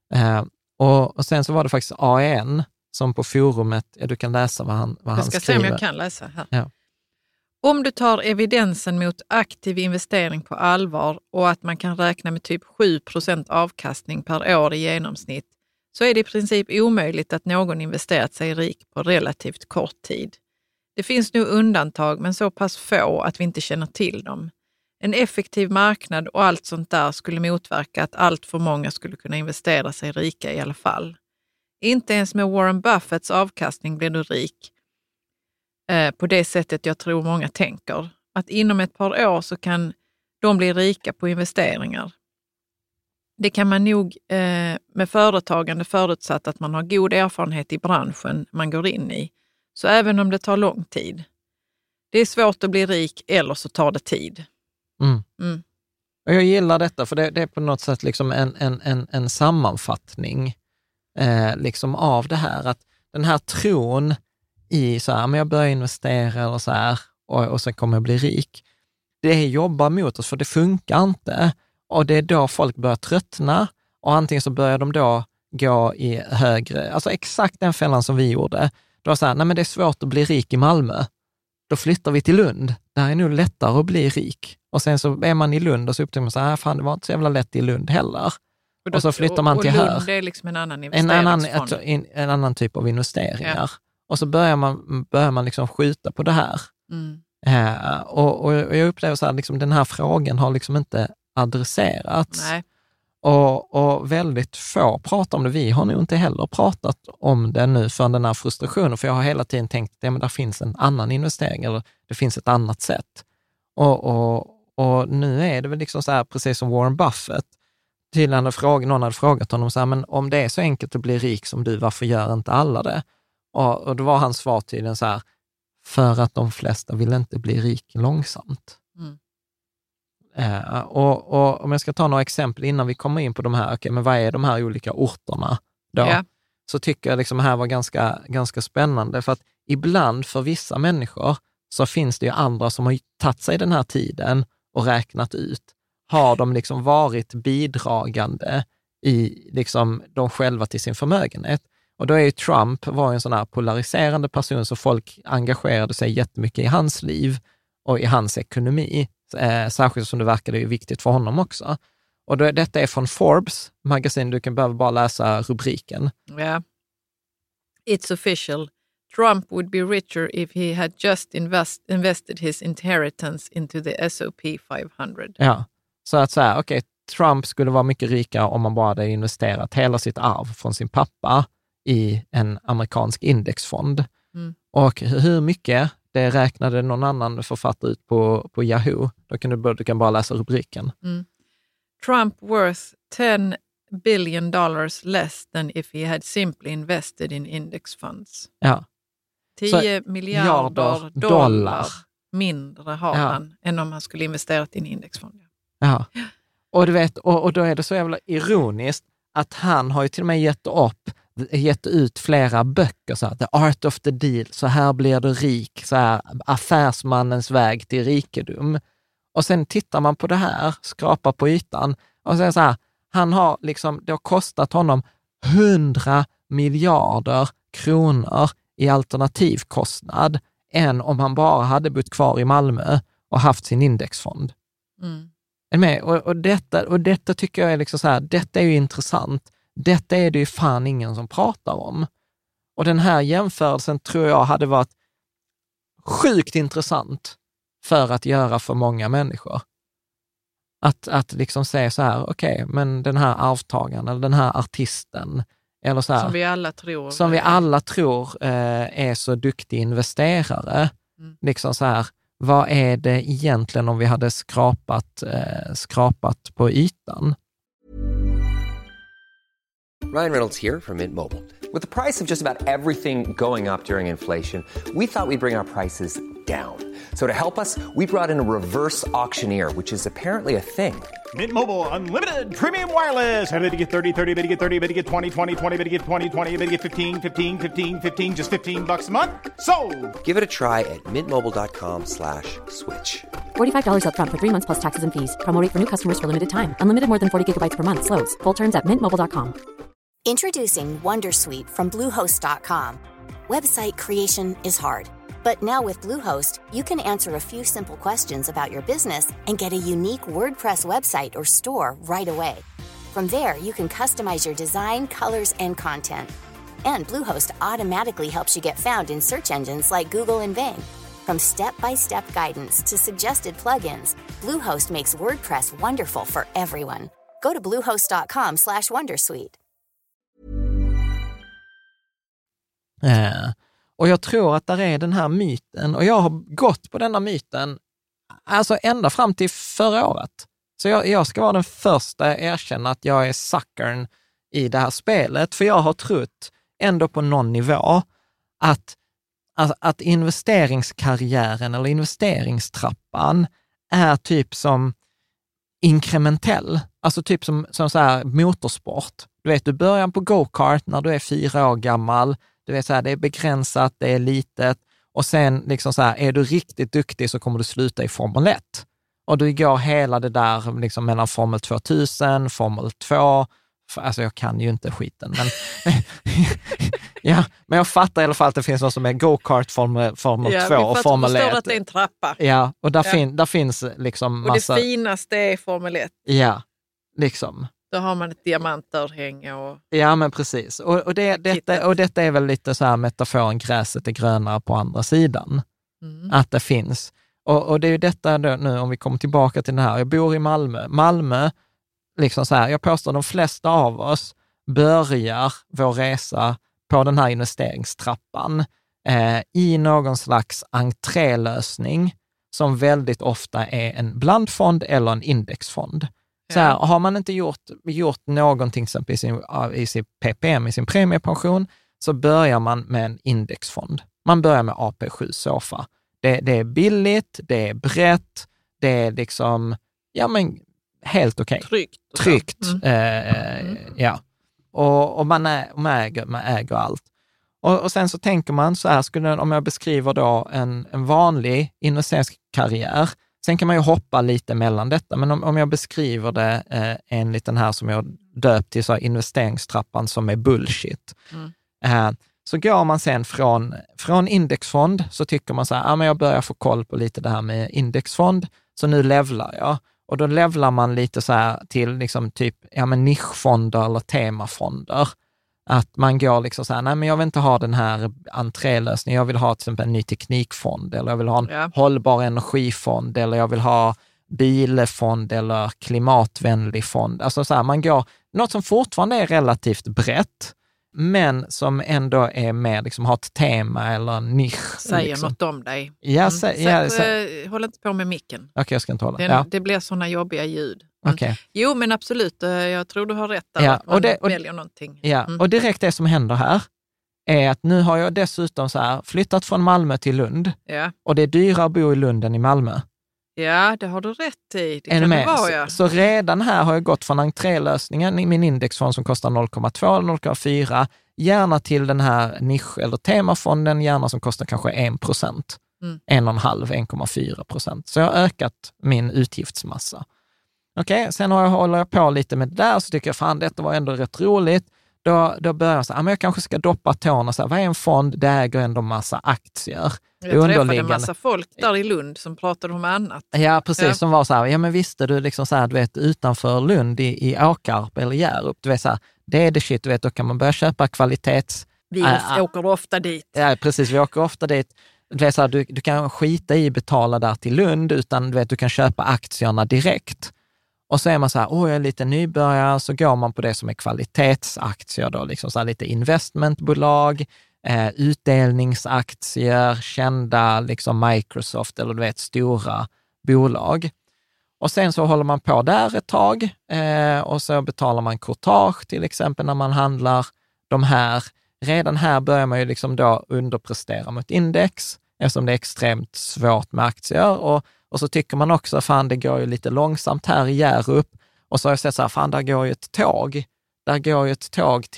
Och sen så var det faktiskt AEN som på forumet, du kan läsa vad han skriver. Jag ska se om jag kan läsa här. Ja. Om du tar evidensen mot aktiv investering på allvar och att man kan räkna med typ 7% avkastning per år i genomsnitt, så är det i princip omöjligt att någon investerat sig rik på relativt kort tid. Det finns nu undantag, men så pass få att vi inte känner till dem. En effektiv marknad och allt sånt där skulle motverka att allt för många skulle kunna investera sig rika i alla fall. Inte ens med Warren Buffetts avkastning blir du rik på det sättet jag tror många tänker. Att inom ett par år så kan de bli rika på investeringar. Det kan man nog med företagande förutsatt att man har god erfarenhet i branschen man går in i. Så även om det tar lång tid. Det är svårt att bli rik eller så tar det tid. Och jag gillar detta för det är på något sätt liksom en sammanfattning liksom av det här. Att den här tron i så här, men jag börjar investera och så här och sen kommer jag bli rik. Det jobbar mot oss för det funkar inte. Och det är då folk börjar tröttna och antingen så börjar de då gå i högre, alltså exakt den fällan som vi gjorde. Då så här, nej men det är svårt att bli rik i Malmö. Då flyttar vi till Lund. Där är nog lättare att bli rik. Och sen så är man i Lund och så upptäcker man så här, fan det var inte så jävla lätt i Lund heller. Och så flyttar man till Lund är liksom en annan investeringsfond. En annan typ av investeringar. Ja. Och så börjar man liksom skjuta på det här. Och jag upplever så här, liksom, den här frågan har liksom inte adresserats. Nej. Och väldigt få pratar om det. Vi har nog inte heller pratat om det nu för den här frustrationen. För jag har hela tiden tänkt att det finns en annan investering eller det finns ett annat sätt. Och nu är det väl liksom så här, precis som Warren Buffett. Någon hade frågat honom så här, men om det är så enkelt att bli rik som du, varför gör inte alla det? Och då var hans svar tydligen så här, för att de flesta vill inte bli rik långsamt. Och om jag ska ta några exempel innan vi kommer in på de här, men vad är de här olika orterna då? Yeah. Så tycker jag liksom det här var ganska spännande för att ibland för vissa människor så finns det ju andra som har tagit sig den här tiden och räknat ut. Har de liksom varit bidragande i liksom de själva till sin förmögenhet? Och då är ju Trump var en sån här polariserande person så folk engagerade sig jättemycket i hans liv och i hans ekonomi. Särskilt som det verkade ju viktigt för honom också. Och då, detta är från Forbes magasin, du kan behöva bara läsa rubriken. Yeah. It's official. Trump would be richer if he had just invested his inheritance into the S&P 500. Ja, så att säga, okej, Trump skulle vara mycket rikare om man bara hade investerat hela sitt arv från sin pappa i en amerikansk indexfond. Och hur mycket, det räknade någon annan författare ut på Yahoo. Då kan du kan bara läsa rubriken. Trump worth $10 billion less than if he had simply invested in index funds. Ja. 10 miljarder dollar mindre har han än om han skulle investerat i en indexfond. Ja. Och du vet, och då är det så jävla ironiskt att han har ju till och med gett ut flera böcker så här, The Art of the Deal, så här blir du rik, så här, affärsmannens väg till rikedom. Och sen tittar man på det här, skrapar på ytan och säger så här, han har liksom, det har kostat honom 100 miljarder kronor i alternativkostnad än om han bara hade bott kvar i Malmö och haft sin indexfond. Och detta tycker jag är liksom så här, detta är ju intressant. Detta är det ju fan ingen som pratar om. Och den här jämförelsen tror jag hade varit sjukt intressant för att göra för många människor. Att liksom säga så här, okej, men den här arvtagaren eller den här artisten eller så här, som vi alla tror är så duktig investerare. Liksom så här, vad är det egentligen om vi hade skrapat på ytan? Ryan Reynolds here from Mint Mobile. With the price of just about everything going up during inflation, we thought we'd bring our prices down. So to help us, we brought in a reverse auctioneer, which is apparently a thing. Mint Mobile Unlimited Premium Wireless. How to get 30, 30, bit to get 30, bit to get 20, 20, 20, bit to get 20, 20, bit to get 15, 15, 15, 15, just $15 a month? Sold! Give it a try at mintmobile.com/switch. $45 up front for 3 months plus taxes and fees. Promo rate for new customers for limited time. Unlimited more than 40 gigabytes per month. Slows full terms at mintmobile.com. Introducing Wondersuite from Bluehost.com. Website creation is hard, but now with Bluehost, you can answer a few simple questions about your business and get a unique WordPress website or store right away. From there, you can customize your design, colors, and content. And Bluehost automatically helps you get found in search engines like Google and Bing. From step-by-step guidance to suggested plugins, Bluehost makes WordPress wonderful for everyone. Go to bluehost.com/wondersuite. Och jag tror att där är den här myten, och jag har gått på denna myten alltså ända fram till förra året. Så jag ska vara den första att erkänna att jag är suckern i det här spelet, för jag har trott ändå på någon nivå att investeringskarriären eller investeringstrappan är typ som inkrementell, alltså typ som så här motorsport. Du vet, du börjar på go-kart när du är 4 år gammal, du vet så här, det är begränsat, det är litet, och sen liksom så här, är du riktigt duktig så kommer du sluta i Formel 1. Och du går hela det där liksom mellan Formel 2000, Formel 2, alltså jag kan ju inte skiten, men ja, men jag fattar i alla fall att det finns något som är go-kart, Formel 2 och Formel 1. Att det är en trappa. Ja, och där finns liksom massa... Och det finaste är Formel 1. Ja, liksom. Då har man ett diamantörhänge och... Ja, men precis. Och detta är väl lite så här metaforen, gräset är grönare på andra sidan. Att det finns. Och det är ju detta då, nu om vi kommer tillbaka till det här. Jag bor i Malmö. Malmö, liksom så här, jag påstår de flesta av oss börjar vår resa på den här investeringstrappan i någon slags entrélösning som väldigt ofta är en blandfond eller en indexfond. Så här, har man inte gjort någonting i sin PPM, i sin premiepension, så börjar man med en indexfond. Man börjar med AP7 SOFA. Det är billigt, det är brett, det är liksom, ja men helt okej. Tryggt. Ja. Och man äger allt. Och sen så tänker man så här, om jag beskriver då en vanlig investeringskarriär, sen kan man ju hoppa lite mellan detta, men om jag beskriver det enligt den här som jag döpt till så här investeringstrappan som är bullshit. Så går man sen från indexfond, så tycker man så här, men jag börjar få koll på lite det här med indexfond, så nu levlar jag. Och då levlar man lite så här till liksom typ nischfonder eller temafonder. Att man går liksom så här, nej men jag vill inte ha den här entrélösningen, jag vill ha till exempel en ny teknikfond, eller jag vill ha en hållbar energifond, eller jag vill ha bilfond eller klimatvänlig fond. Alltså så här, man går något som fortfarande är relativt brett, men som ändå är med, liksom har ett tema eller en nisch. Säger liksom något om dig. Håll inte på med micken. Okej, jag ska inte hålla. Det blir sådana jobbiga ljud. Okay. Jo, men absolut. Jag tror du har rätt där, att man väljer någonting. Ja, och direkt det som händer här är att nu har jag dessutom så här flyttat från Malmö till Lund. Ja. Och det är dyrare att bo i Lund än i Malmö. Ja, det har du rätt i. Det kan det vara, ja. Så redan här har jag gått från entrélösningen i min indexfond som kostar 0,2 eller 0,4, gärna till den här nisch- eller temafonden, gärna som kostar kanske 1%. 1,5-1,4%. Så jag har ökat min utgiftsmassa. Okej, sen håller jag på lite med det där, så tycker jag, fan, detta var ändå rätt roligt. Då börjar jag så här, men jag kanske ska doppa tårna. Så här, vad är en fond? Det äger ändå massa aktier. Jag träffade en massa folk där i Lund som pratade om annat. Ja, precis. Som var så här, ja men visste du liksom så här, du vet, utanför Lund i Åkarp eller Hjärup, du vet så här, det är det shit, du vet, då kan man börja köpa kvalitets... Vi åker ofta dit. Ja, precis, vi åker ofta dit. Du vet så här, du kan skita i betala där till Lund, utan du vet, du kan köpa aktierna direkt. Och så är man så här, jag är lite nybörjare, så går man på det som är kvalitetsaktier då, liksom så här lite investmentbolag, utdelningsaktier, kända liksom Microsoft eller du vet stora bolag. Och sen så håller man på där ett tag och så betalar man courtage till exempel när man handlar de här. Redan här börjar man ju liksom då underprestera mot index eftersom det är extremt svårt med aktier, och så tycker man också, fan det går ju lite långsamt här i Hjärup, och så har jag sett så här, fan där går ju ett tåg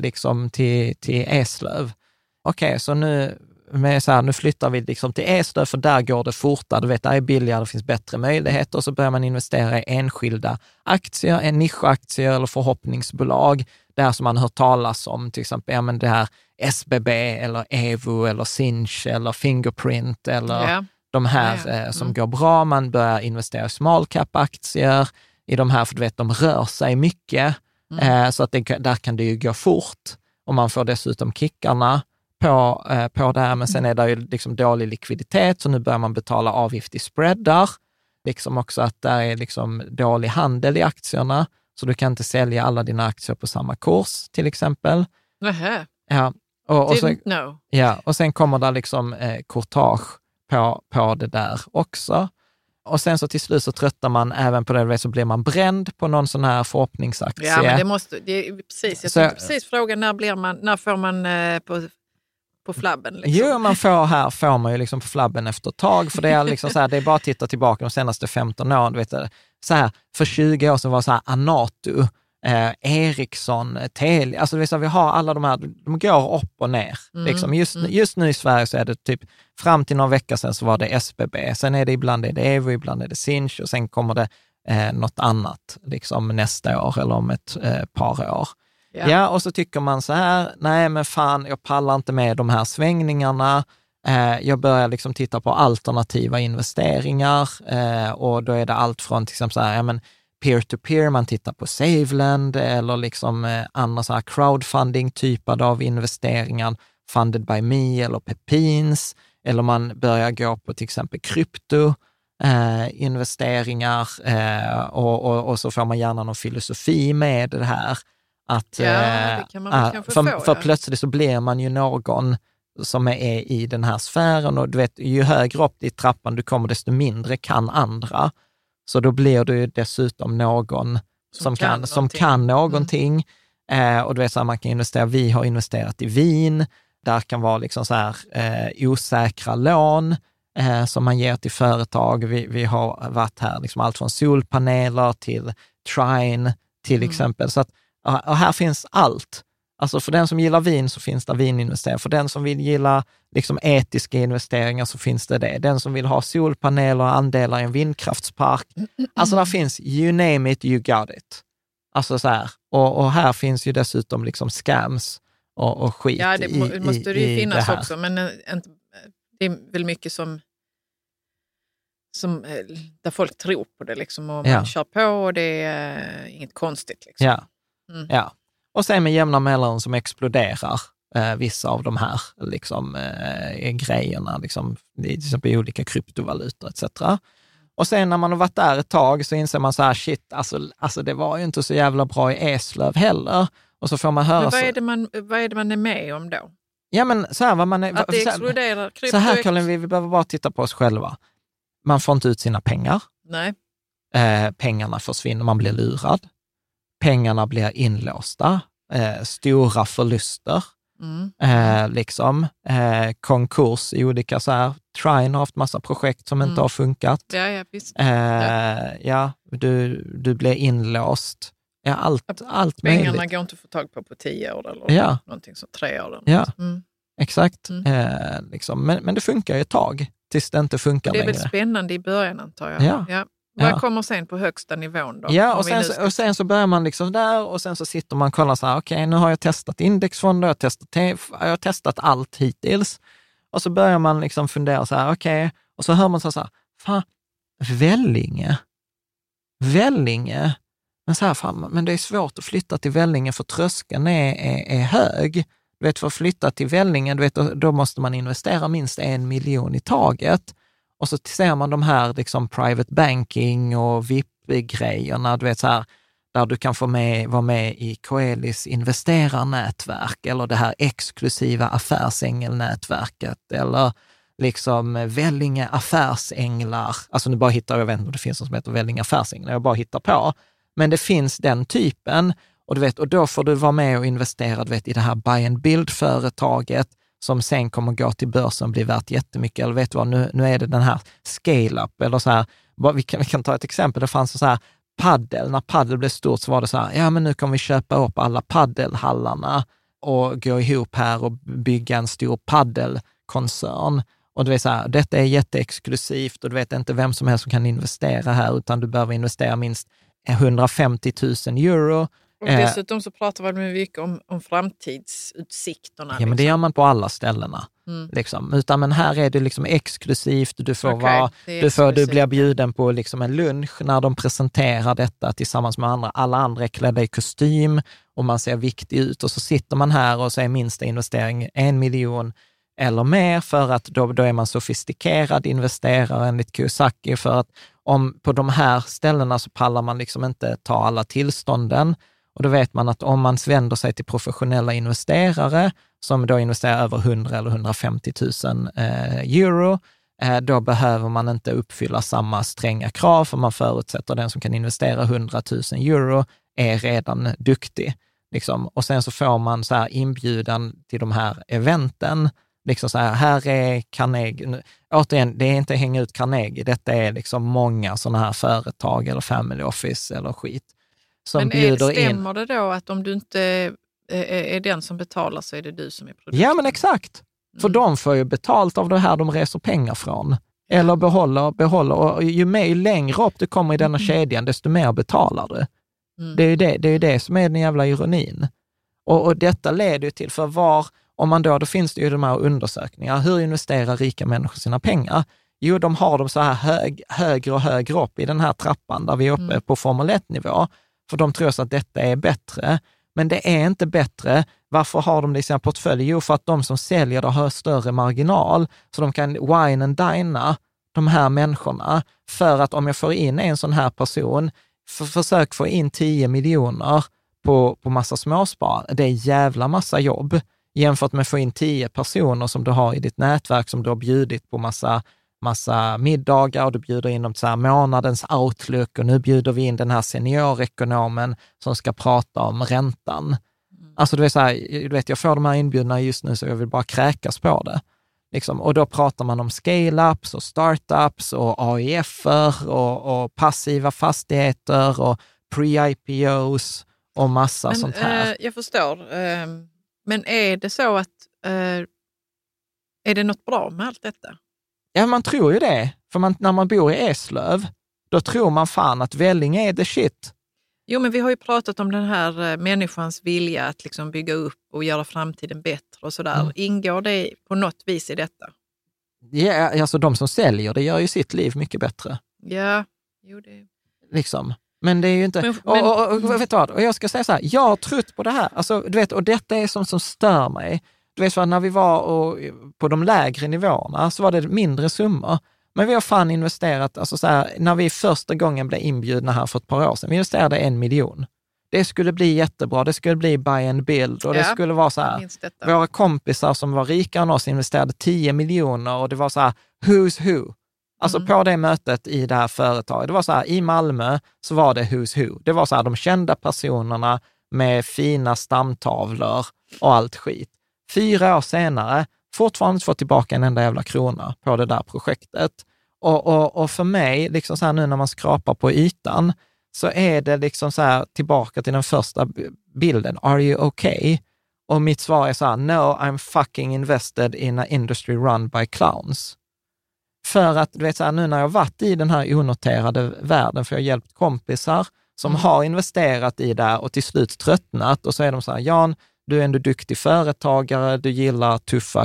till Eslöv. Okej, så nu flyttar vi liksom till Eslöv, för där går det fortare, du vet, där är billigare, det finns bättre möjligheter, och så börjar man investera i enskilda aktier, nischaktier eller förhoppningsbolag, där som man hört talas om, till exempel det här SBB eller Evo eller Sinch eller Fingerprint eller de här som går bra. Man börjar investera i small cap-aktier i de här, för du vet, de rör sig mycket, så att där kan det ju gå fort, och man får dessutom kickarna på det här, men sen är det ju liksom dålig likviditet, så nu börjar man betala avgift i spreadar, liksom också att det är liksom dålig handel i aktierna, så du kan inte sälja alla dina aktier på samma kurs till exempel. Nähä. Ja, Och sen kommer det liksom courtage på det där också. Och sen så till slut så tröttar man även på det, så blir man bränd på någon sån här förhoppningsaktie. Ja, men det är precis. Jag tänkte precis fråga, när får man på flabben? Liksom? Jo, får man ju liksom på flabben efter ett tag, för det är liksom så här, det är bara att titta tillbaka de senaste 15 åren, vet du, så här, för 20 år sedan var så här Anato, Ericsson, Telia, alltså det vill säga, vi har alla de här, de går upp och ner. Liksom. Just nu i Sverige så är det typ, fram till några veckor sedan så var det SBB, sen är det ibland är det Evo, ibland är det Sinch och sen kommer det något annat liksom nästa år eller om ett par år. Ja, och så tycker man så här, nej men fan, jag pallar inte med de här svängningarna. Jag börjar liksom titta på alternativa investeringar och då är det allt från till exempel så här, ja men peer-to-peer, man tittar på Saveland eller liksom andra så här crowdfunding-typer av investeringar, Funded by Me eller Pepins, eller man börjar gå på till exempel krypto investeringar och så får man gärna någon filosofi med det här. Att, det kan man kanske få. För plötsligt så blir man ju någon som är i den här sfären och du vet, ju högre upp i trappan du kommer desto mindre kan andra. Så då blir du ju dessutom någon som kan någonting. Och du vet så här, man kan investera, vi har investerat i vin, där kan vara liksom så här osäkra lån som man ger till företag. Vi har varit här liksom allt från solpaneler till Trine till exempel. Så att, och här finns allt. Alltså för den som gillar vin så finns det vininvesteringar. För den som vill gilla liksom etiska investeringar så finns det det. Den som vill ha solpaneler och andelar i en vindkraftspark. Alltså där finns, you name it, you got it. Alltså så här. Och här finns ju dessutom liksom scams och skit. Ja, det måste det ju finnas det också. Men det är väl mycket som där folk tror på det liksom. Och man kör på och det är inget konstigt liksom. Ja. Ja. Och sen med jämna mellanrum som exploderar vissa av de här liksom, grejerna, liksom, till exempel olika kryptovalutor etc. Och sen när man har varit där ett tag så inser man så här, shit, alltså det var ju inte så jävla bra i Eslöv heller. Och så får man höra... Men vad är det man är med om då? Ja, men så här, vad man är... Att det exploderar krypto... Så här, Karin, vi behöver bara titta på oss själva. Man får inte ut sina pengar. Nej. Pengarna försvinner, man blir lurad. Pengarna blir inlåsta, stora förluster, liksom, konkurs i olika så här, Trine har haft massa projekt som inte har funkat. Ja, visst. Du blir inlåst. Ja, allt möjligt. Pengarna går inte att få tag på 10 år eller någonting som 3 år. Ja, exakt. Liksom. Men det funkar ju ett tag tills det inte funkar längre. Det är väl spännande i början antar jag. Ja. Vad kommer sen på högsta nivån då? Ja, och sen så börjar man liksom där och sen så sitter man och kollar så här, okej, nu har jag testat indexfonder, jag har testat allt hittills. Och så börjar man liksom fundera så här, okej, och så hör man så här, fan, Vellinge. Men så här, fan, men det är svårt att flytta till Vellinge för tröskeln är hög. Du vet, för att flytta till Vellinge, du vet, då måste man investera minst 1 miljon i taget. Och så ser man de här liksom private banking och VIP-grejerna, du vet så här, där du kan vara med i Coelis investerarnätverk eller det här exklusiva affärsängelnätverket eller liksom Vellinge affärsänglar. Alltså nu bara hittar jag vet inte om det finns något som heter Vellinge affärsänglar, jag bara hittar på. Men det finns den typen och du vet, och då får du vara med och investera, du vet, i det här buy and build-företaget som sen kommer gå till börsen och bli värt jättemycket. Eller vet du vad, nu är det den här scale-up. Eller så här, vi kan ta ett exempel. Det fanns så här paddel. När paddel blev stort så var det så här, ja men nu kan vi köpa upp alla paddelhallarna och gå ihop här och bygga en stor paddelkoncern. Och du vet så här, detta är jätteexklusivt och du vet inte vem som helst som kan investera här utan du behöver investera minst 150 000 euro. Och dessutom så pratar vi mycket om framtidsutsikterna. Ja, men det gör man på alla ställena. Liksom. Utan men här är det liksom exklusivt. Du får du blir bjuden på liksom en lunch när de presenterar detta tillsammans med andra. Alla andra är klädda i kostym och man ser viktig ut. Och så sitter man här och så är minsta investering 1 miljon eller mer för att då är man sofistikerad investerare enligt Kiyosaki för att på de här ställena så pallar man liksom inte ta alla tillstånden. Och då vet man att om man vänder sig till professionella investerare som då investerar över 100 eller 150 000 euro, då behöver man inte uppfylla samma stränga krav, för man förutsätter den som kan investera 100 000 euro är redan duktig. Liksom. Och sen så får man så här inbjudan till de här eventen. Liksom så här är Carnegie. Återigen, det är inte hänga ut Carnegie. Detta är liksom många sådana här företag eller family office eller skit som men bjuder in. Stämmer det då att om du inte är den som betalar så är det du som är producenten? Ja, men exakt. För de får ju betalt av det här de reser pengar från. Eller behåller. Och ju längre upp du kommer i denna kedjan, desto mer betalar du. Det är ju det som är den jävla ironin. Och detta leder ju till, för om man då finns det ju de här undersökningar. Hur investerar rika människor sina pengar? Jo, de har dem så här högre och högre upp i den här trappan där vi är uppe på Formel 1-nivå. För de tror så att detta är bättre. Men det är inte bättre. Varför har de det i sina portföljer? Jo, för att de som säljer det har större marginal. Så de kan wine and dina de här människorna. För att om jag får in en sån här person, försök få in 10 miljoner på massa småspar. Det är jävla massa jobb. Jämfört med att få in 10 personer som du har i ditt nätverk som du har bjudit på massa middagar och du bjuder in dem till så här månadens outlook och nu bjuder vi in den här seniorekonomen som ska prata om räntan. Alltså du vet, jag får de här inbjudna just nu så jag vill bara kräkas på det. Liksom. Och då pratar man om scale-ups och startups och AIF-er och passiva fastigheter och pre-IPOs och massa sånt här. Jag förstår. Men är det så att är det något bra med allt detta? Ja, man tror ju det. För när man bor i Eslöv, då tror man fan att Vellinge är the shit. Jo, men vi har ju pratat om den här människans vilja att liksom bygga upp och göra framtiden bättre och sådär. Ingår det på något vis i detta? Ja, alltså de som säljer, det gör ju sitt liv mycket bättre. Ja, jo det... Liksom. Men det är ju inte... Och vet du vad? Och jag ska säga så här, jag har trott på det här. Alltså, du vet, och detta är som stör mig. Du vet, för när vi var på de lägre nivåerna så var det mindre summor. Men vi har fan investerat, alltså så här, när vi första gången blev inbjudna här för ett par år sedan, vi investerade 1 miljon. Det skulle bli jättebra, det skulle bli buy and build och det skulle vara så här, våra kompisar som var rika än oss investerade 10 miljoner och det var så här, who's who? Alltså på det mötet i det här företaget, det var så här, i Malmö så var det who's who. Det var så här, de kända personerna med fina stamtavlor och allt skit. 4 år senare, fortfarande inte fått tillbaka en enda jävla krona på det där projektet. Och för mig, liksom så här nu när man skrapar på ytan, så är det liksom så här tillbaka till den första bilden. Are you okay? Och mitt svar är så här, no, I'm fucking invested in an industry run by clowns. För att, du vet så här, nu när jag varit i den här onoterade världen, för jag har hjälpt kompisar som har investerat i det och till slut tröttnat, och så är de så här, Jan, du är ändå duktig företagare, du gillar tuffa,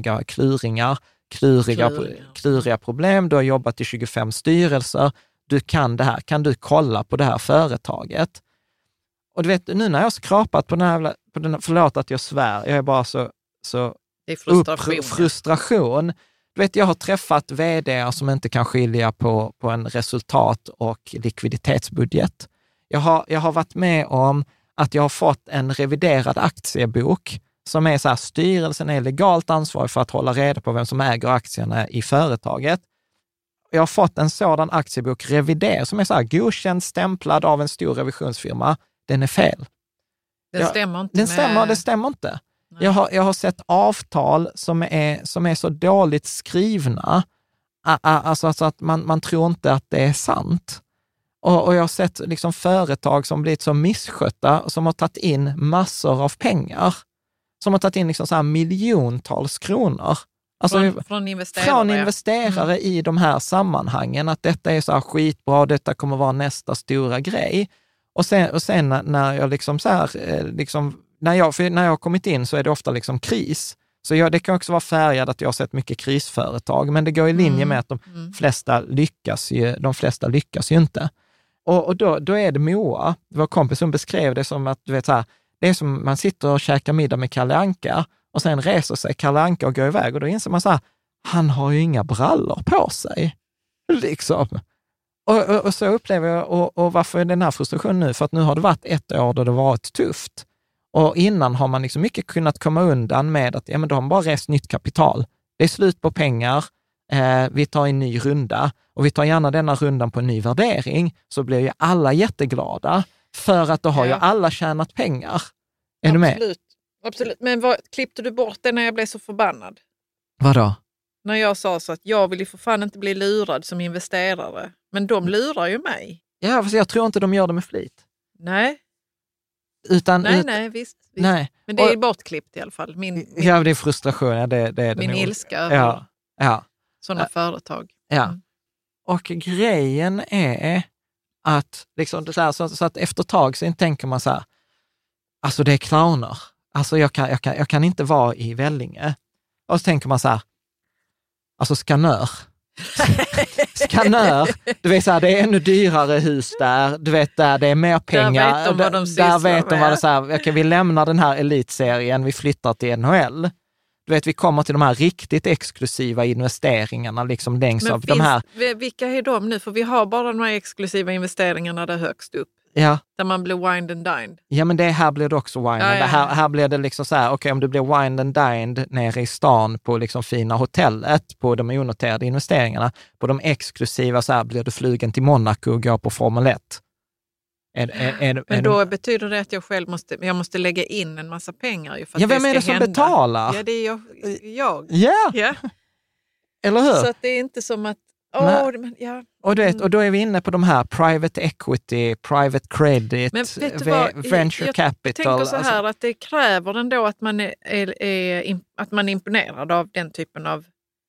kluriga problem, du har jobbat i 25 styrelser, du kan det här, kan du kolla på det här företaget? Och du vet, nu när jag har skrapat på den här, förlåt att jag svär, jag är bara så det är frustration. Du vet, jag har träffat vd som inte kan skilja på en resultat- och likviditetsbudget. Jag har varit med om att jag har fått en reviderad aktiebok som är så här, styrelsen är legalt ansvarig för att hålla reda på vem som äger aktierna i företaget. Jag har fått en sådan aktiebok reviderad som är så här, godkänd, stämplad av en stor revisionsfirma. Den är fel. Det stämmer inte. Jag har sett avtal som är så dåligt skrivna, alltså att man tror inte att det är sant. Och jag har sett liksom företag som blivit så misskötta, som har tagit in massor av pengar. Som har tagit in liksom så här miljontals kronor. Alltså från investerare i de här sammanhangen. Att detta är så här skitbra, detta kommer vara nästa stora grej. Och sen när jag liksom så här, liksom, när jag har kommit in så är det ofta liksom kris. Så det kan också vara färgad att jag har sett mycket krisföretag, men det går i linje med att de flesta lyckas ju inte. Och då är det Moa, vår kompis, som beskrev det som att, du vet så här, det är som man sitter och käkar middag med Kalle Anka och sen reser sig Kalle Anka och går iväg, och då inser man så här, han har ju inga brallor på sig. Liksom. Och så upplever jag, och varför är den här frustrationen nu? För att nu har det varit ett år då det varit tufft. Och innan har man liksom mycket kunnat komma undan med att men då har man bara rest nytt kapital. Det är slut på pengar, vi tar en ny runda och vi tar gärna denna rundan på en ny värdering, så blir ju alla jätteglada för att då har ju alla tjänat pengar. Är du med? Absolut. Men klippte du bort det när jag blev så förbannad? Vadå? När jag sa så att jag vill ju för fan inte bli lurad som investerare. Men de lurar ju mig. Ja, fast jag tror inte de gör det med flit. Nej. Nej, visst. Nej. Men det är bortklippt i alla fall. Ja, det är frustration. Ja, det är min ilska över sådana företag. Ja. Och grejen är att liksom, så att efter ett tag så tänker man så här, alltså det är clowner. Alltså jag kan inte vara i Vellinge. Och så tänker man så här, alltså skanör, du vet så här, det är ännu dyrare hus där, du vet där det är mer pengar. Där vet de vad de sysslar med. Där vet de vad det så här, okej, vi lämnar den här elitserien, vi flyttar till NHL. Du vet, vi kommer till de här riktigt exklusiva investeringarna liksom längs av de här. Vilka är de nu? För vi har bara de här exklusiva investeringarna där högst upp. Ja. Där man blir wined and dined. Ja, men här blir det också wined. Ja. Här blir det liksom så här, okej, om du blir wined and dined nere i stan på liksom fina hotellet, på de onoterade investeringarna, på de exklusiva så här blir du flygen till Monaco och går på Formel 1. Men då betyder det att jag själv måste lägga in en massa pengar ju för att vem är det som betalar? Ja, det är jag. Ja. Eller hur? Så att det är inte som att Och då är vi inne på de här private equity, private credit, venture capital. Jag tänker så här att det kräver ändå att man är imponerad av den typen av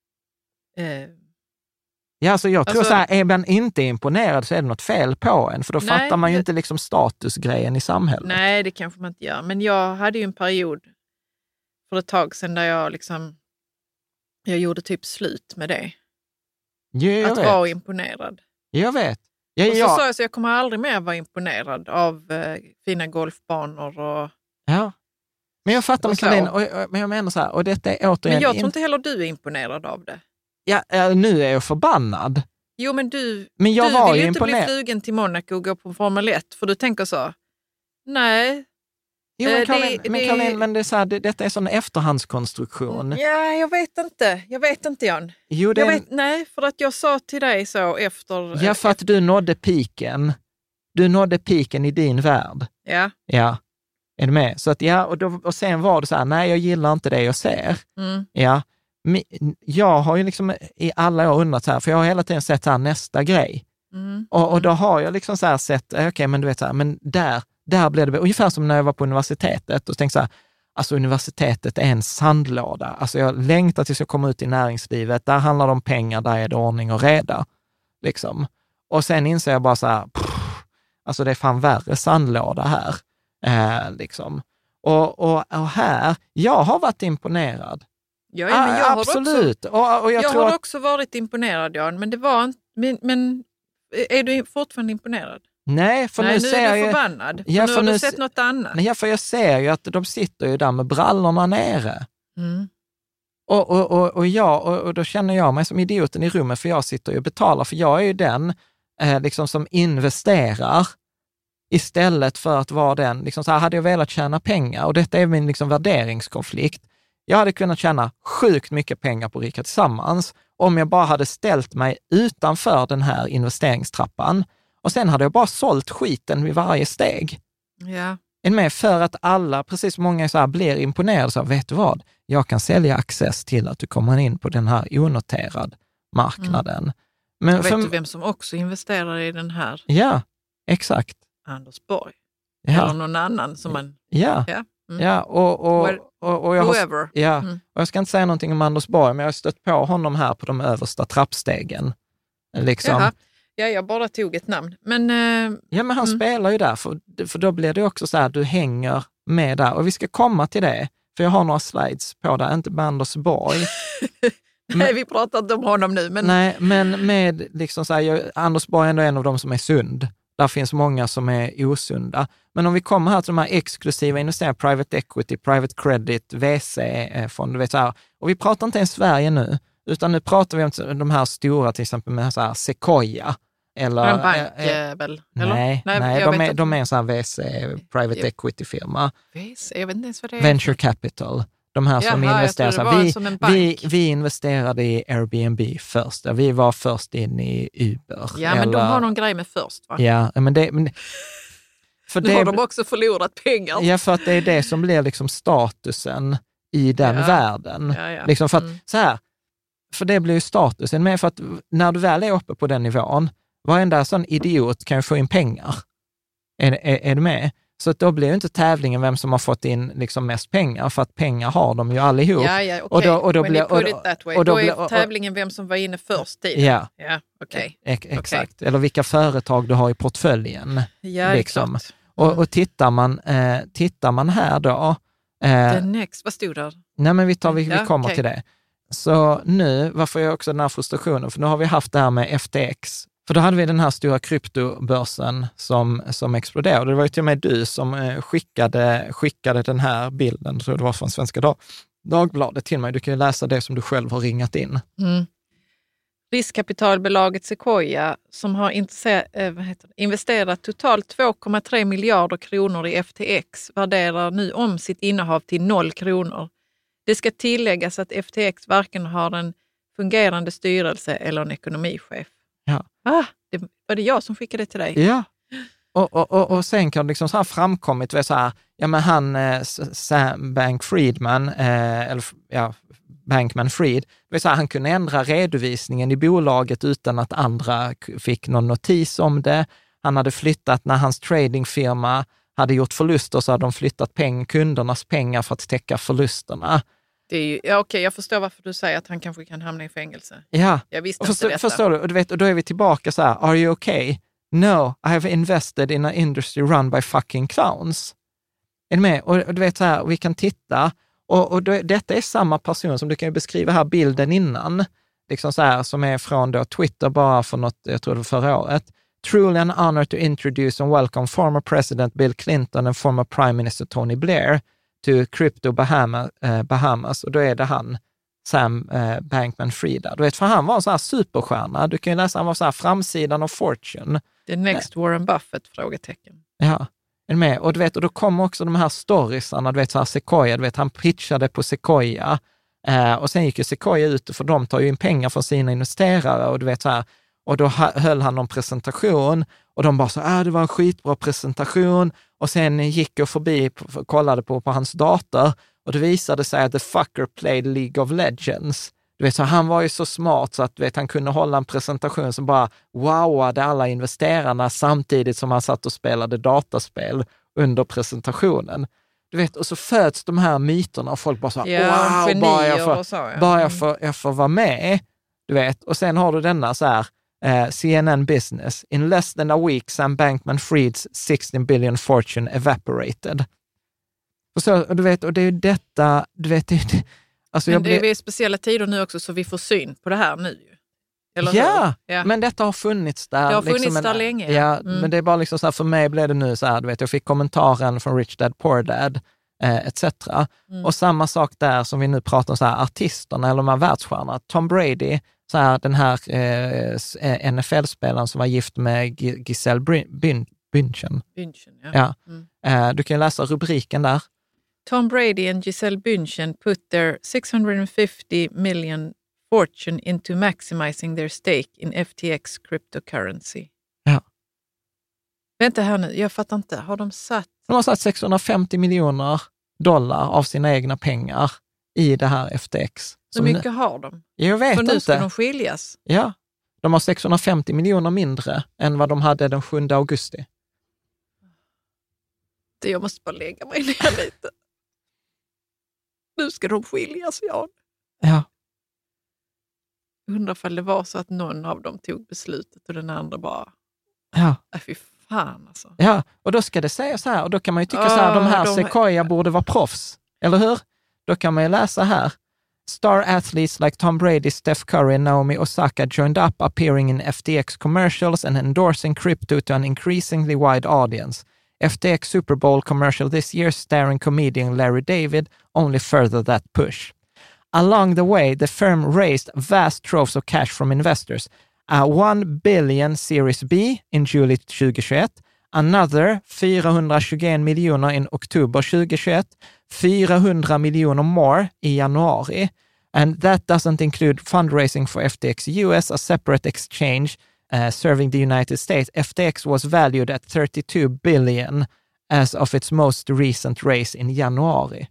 Ja, alltså jag tror så här, är man inte imponerad så är det något fel på en, för då fattar man ju inte liksom statusgrejen i samhället. Nej, det kanske man inte gör. Men jag hade ju en period för ett tag sedan där jag gjorde typ slut med det. Ja, att vara imponerad. Jag vet. Och så sa jag så jag kommer aldrig mer vara imponerad av fina golfbanor och... Ja. Men jag fattar med Karin, men jag menar så här, och detta är återigen... Men jag tror inte heller du är imponerad av det. Ja, nu är jag förbannad. Jo, men du vill ju inte bli flygen till Monaco och gå på Formel 1, för du tänker så. Nej. Jo, men det är så här, detta är sån efterhandskonstruktion. Ja, jag vet inte, Jan. Jo, nej, för att jag sa till dig så efter... Ja, för att du nådde piken. Du nådde piken i din värld. Ja. Ja. Är du med? Så att och sen var det så här, nej, jag gillar inte det jag ser. Mm. Ja. Jag har ju liksom i alla år undrat så här, för jag har hela tiden sett så här nästa grej. Mm. Och då har jag liksom så här sett, okej, men du vet så här, men där blev det ungefär som när jag var på universitetet och tänkte så här, alltså universitetet är en sandlåda. Alltså jag längtar tills jag kommer ut i näringslivet, där handlar det om pengar, där är det ordning och reda. Liksom. Och sen inser jag bara så här, alltså det är fan värre sandlåda här. Liksom. Och här, jag har varit imponerad. Ja, men jag absolut. Jag har också varit imponerad, Jan, men det var inte, men är du fortfarande imponerad? Nej, för nu ser är jag... du förbannad. Ja, nu har du sett något annat. Nej, för jag ser ju att de sitter ju där med brallorna nere. Mm. Och då känner jag mig som idioten i rummet, för jag sitter ju och betalar, för jag är ju den liksom som investerar istället för att vara den, liksom så här, hade jag velat tjäna pengar, och detta är min liksom värderingskonflikt. Jag hade kunnat tjäna sjukt mycket pengar på Rika Tillsammans om jag bara hade ställt mig utanför den här investeringstrappan. Och sen hade jag bara sålt skiten vid varje steg. Ja. Med för att alla, precis som många så här, blir imponerade. Så här, vet du vad? Jag kan sälja access till att du kommer in på den här onoterad marknaden. Mm. Men vet du vem som också investerar i den här? Ja, exakt. Anders Borg. Ja. Eller någon annan som man... Ja. Mm. Ja, och jag whoever. Och jag ska inte säga någonting om Anders Borg, men jag har stött på honom här på de översta trappstegen. Liksom. Jaha. Ja, jag bara tog ett namn. Men han spelar ju där, för då blir det också så här, du hänger med där. Och vi ska komma till det, för jag har några slides på det, inte med Anders Borg. Nej, vi pratar inte om honom nu. Men... Nej, men med liksom så här, Anders Borg är ändå en av dem som är sund. Där finns många som är osunda. Men om vi kommer här till de här exklusiva investeringarna, private equity, private credit, VC-fond, du vet så här. Och vi pratar inte ens Sverige nu, utan nu pratar vi om de här stora, till exempel med så här Sequoia, Eller, en bank väl? Eller? Nej, de är en sån här VC, private equity-firma. VC, jag vet inte ens vad det är. Venture capital. De här som investerar. Vi investerade i Airbnb först. Vi var först in i Uber. Ja, men de har någon grej med först, va? Ja, men för nu har de också förlorat pengar. Ja, för att det är det som blir liksom statusen i den världen. Ja. Liksom för att så här, för det blir ju statusen med, för att när du väl är uppe på den nivån, varenda sån idiot kan ju få in pengar. Är du med? Så att då blir ju inte tävlingen vem som har fått in liksom mest pengar, för att pengar har de ju allihop. Ja, okej. Och då är tävlingen vem som var inne först tid. Ja, okej. Exakt. Okay. Eller vilka företag du har i portföljen. Ja, liksom. Och tittar man här då... The next, vad stod där? Nej, men vi kommer till det. Så nu, varför är också den här frustrationen? För nu har vi haft det här med FTX. För då hade vi den här stora kryptobörsen som exploderade. Det var ju till och med du som skickade den här bilden, så det var från Svenska Dagbladet till mig. Du kan ju läsa det som du själv har ringat in. Riskkapitalbolaget Sequoia, som har investerat totalt 2,3 miljarder kronor i FTX, värderar nu om sitt innehav till 0 kronor. Det ska tilläggas att FTX varken har en fungerande styrelse eller en ekonomichef. Ja. Var det jag som skickade det till dig? Ja. Och sen kan det liksom så här framkommit, så här, ja men han Sam Bankman-Fried, så här, han kunde ändra redovisningen i bolaget utan att andra fick någon notis om det. Han hade flyttat, när hans tradingfirma hade gjort förluster, så hade de flyttat kundernas pengar för att täcka förlusterna. Det är ju, okej, jag förstår varför du säger att han kanske kan hamna i fängelse. Ja, jag visste inte detta. Förstår du? Och då är vi tillbaka så här, are you okay? No, I have invested in an industry run by fucking clowns. Är du med? Och du vet så här, vi kan titta, och detta är samma person som du kan ju beskriva här bilden innan, liksom så här, som är från då Twitter bara för något, jag tror det var förra året. Truly an honor to introduce and welcome former president Bill Clinton and former prime minister Tony Blair to Crypto Bahamas. Och då är det han, Sam Bankman-Fried. Du vet, för han var en sån här superstjärna. Du kan ju läsa, han var så här framsidan av Fortune. The next Warren Buffett, frågetecken. Ja, är med? Och du vet, och då kommer också de här storiesarna, du vet, så här Sequoia, du vet, han pitchade på Sequoia. Och sen gick ju Sequoia ut, för de tar ju in pengar från sina investerare, och du vet så här, och då höll han någon presentation, och de bara så, det var en skitbra presentation, och sen gick jag förbi och kollade på hans dator, och det visade sig att the fucker played League of Legends. Du vet, så han var ju så smart så att du vet, han kunde hålla en presentation som bara wowade alla investerarna, samtidigt som han satt och spelade dataspel under presentationen. Du vet, och så föds de här myterna, och folk bara så wow, bara jag får vara med. Du vet, och sen har du denna så här, CNN Business. In less than a week, Sam Bankman-Frieds 16 billion fortune evaporated. Och så, du vet, och det är ju detta, du vet, alltså men det är speciella tider nu också, så vi får syn på det här nu. Eller ja, men detta har funnits där. Det har funnits där länge. Ja, men det är bara liksom så här, för mig blev det nu så här, du vet, jag fick kommentaren från Rich Dad Poor Dad, etc. Och samma sak där som vi nu pratar om, så här, artisterna eller de här världsstjärnorna. Tom Brady, så här, den här NFL-spelaren som var gift med Giselle Bündchen. Ja. Du kan läsa rubriken där. Tom Brady and Giselle Bündchen put their 650 million fortune into maximizing their stake in FTX cryptocurrency. Ja. Vänta här nu, jag fattar inte. Har de har satt 650 miljoner dollar av sina egna pengar i det här FTX. Hur mycket har de? Jag vet inte. För nu ska de skiljas. Ja, de har 650 miljoner mindre än vad de hade den 7 augusti. Jag måste bara lägga mig ner lite. Nu ska de skiljas, Jan. Ja. Jag undrar ifall det var så att någon av dem tog beslutet och den andra bara... Ja. Fy fan alltså. Ja, och då ska det säga så här, och då kan man ju tycka så här, de här Sequoia borde vara proffs, eller hur? Då kan man ju läsa här. Star athletes like Tom Brady, Steph Curry and Naomi Osaka joined up, appearing in FTX commercials and endorsing crypto to an increasingly wide audience. FTX Super Bowl commercial this year starring comedian Larry David only furthered that push. Along the way, the firm raised vast troves of cash from investors. 1 billion Series B in Juli 2021, another 421 miljoner in Oktober 2021, 400 miljoner more i januari. And that doesn't include fundraising for FTX US, a separate exchange serving the United States. FTX was valued at 32 billion as of its most recent raise in januari.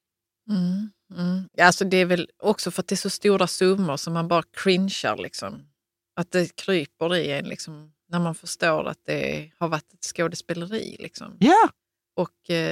Alltså det är väl också för att det är så stora summor som man bara cringear liksom. Att det kryper i en liksom, när man förstår att det har varit ett skådespeleri liksom. Ja. Och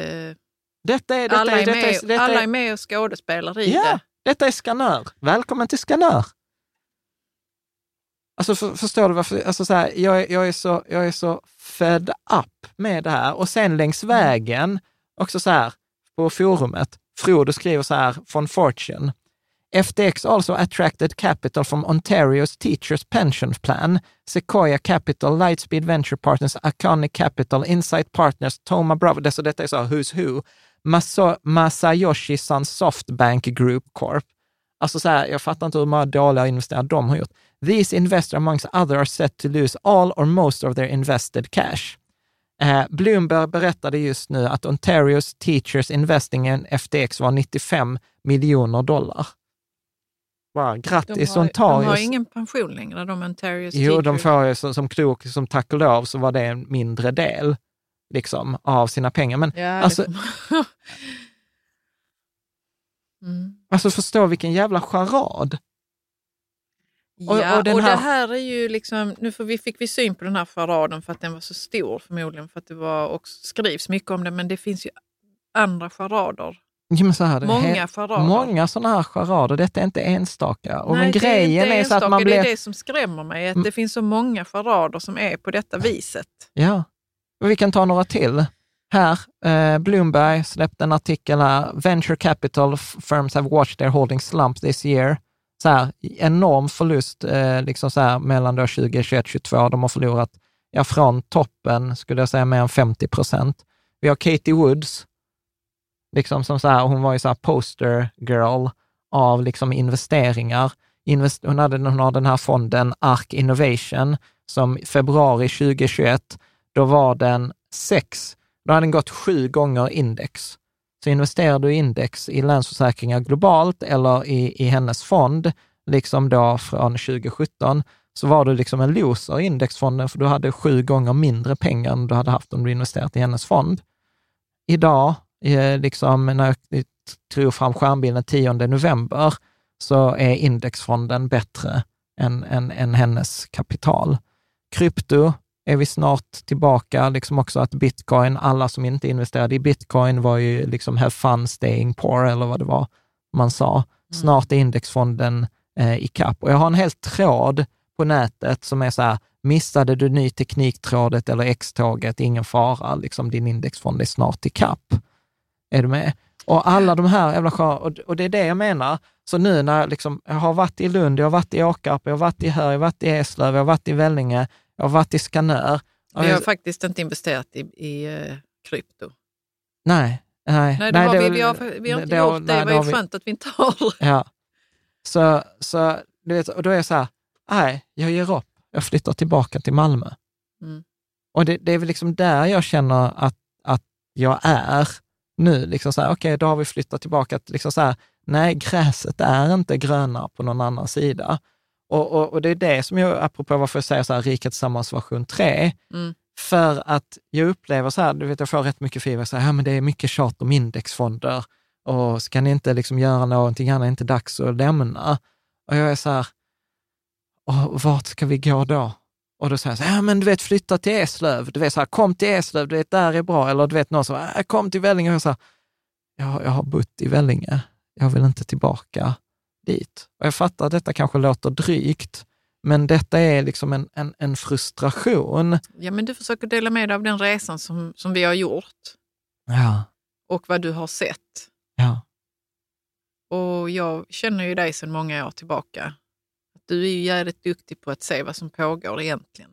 alla är med och skådespelar i det. Ja, detta är Skanör. Välkommen till Skanör. Alltså förstår du varför? Alltså så här, jag är så fed up med det här. Och sen längs vägen, också så här, på forumet, Frodo skriver så här från Fortune. FTX also attracted capital from Ontario's Teachers Pension Plan, Sequoia Capital, Lightspeed Venture Partners, Iconic Capital, Insight Partners, Thoma Bravo, detta är så who's who, Masayoshi Son Softbank Group Corp. Alltså så här, jag fattar inte hur många dåliga investerare de har gjort. These investors amongst others are set to lose all or most of their invested cash. Bloomberg berättade just nu att Ontario's Teachers investing in FTX var $95 miljoner. Wow, grattis Ontario. De har ingen pension längre, de Ontario's Jo, Teachers. de får ju som tack och lov så var det en mindre del liksom av sina pengar. Men alltså, alltså förstå vilken jävla charad. Och det här är ju liksom, nu fick vi syn på den här charaden för att den var så stor förmodligen, för att det var också skrivs mycket om det, men det finns ju andra charader. Ja, men så här, många sådana här charader, detta är inte enstaka. Och men grejen är så att man blir... Det är det som skrämmer mig, att det finns så många charader som är på detta viset. Ja, och vi kan ta några till. Här, Bloomberg släppte en artikel här. Venture capital firms have watched their holdings slump this year. Så här, enorm förlust liksom så här, mellan 2021 och 2022. De har förlorat från toppen, skulle jag säga, mer än 50%. Vi har Katie Woods, liksom som så här, hon var ju så här poster girl av liksom investeringar. Hon har den här fonden ARK Innovation som februari 2021, då var den 6. Då hade den gått 7 gånger index. Så investerar du i index i Länsförsäkringar globalt eller i hennes fond, liksom då från 2017, så var du liksom en loser i indexfonden för du hade 7 gånger mindre pengar än du hade haft om du investerat i hennes fond. Idag, liksom när jag tror fram skärmbilden 10 november, så är indexfonden bättre än hennes kapital. Krypto är vi snart tillbaka, liksom också att bitcoin, alla som inte investerade i bitcoin var ju liksom have fun staying poor, eller vad det var man sa. Snart är indexfonden i kapp. Och jag har en hel tråd på nätet som är så här: missade du ny tekniktrådet eller X-tåget, ingen fara, liksom din indexfond är snart i kapp. Är du med? Och alla de här jävla och det är det jag menar. Så nu när liksom, jag har varit i Lund, jag har varit i Åkarp, jag har varit i Hör, jag har varit i Eslöv, jag har varit i Vellinge, jag har varit i Skanör. Vi har faktiskt inte investerat i krypto. Nej, vi har inte gjort det. Det var ju skönt att vi inte har. Ja. Så du vet, och då är jag så här, nej, jag ger upp. Jag flyttar tillbaka till Malmö. Och det är väl liksom där jag känner att jag är nu. Liksom så här, okej, då har vi flyttat tillbaka till liksom så här, nej, gräset är inte grönare på någon annan sida. Och det är det som jag, apropå varför jag säger så här, Riket tillsammans version 3, för att jag upplever så här, du vet, jag får rätt mycket feedback, så här, men det är mycket tjat om indexfonder, och ska ni inte liksom göra någonting annat, inte dags att lämna? Och jag är så här, vart ska vi gå då? Och då säger jag så här, men du vet, flytta till Eslöv, du vet så här, kom till Eslöv, du vet, där är bra, eller du vet, någon som kom till Vellinge, och jag sa, jag har bott i Vellinge, jag vill inte tillbaka dit. Och jag fattar att detta kanske låter drygt, men detta är liksom en frustration. Ja, men du försöker dela med dig av den resan som vi har gjort. Ja. Och vad du har sett. Ja. Och jag känner ju dig sedan många år tillbaka. Du är ju jävligt duktig på att se vad som pågår egentligen.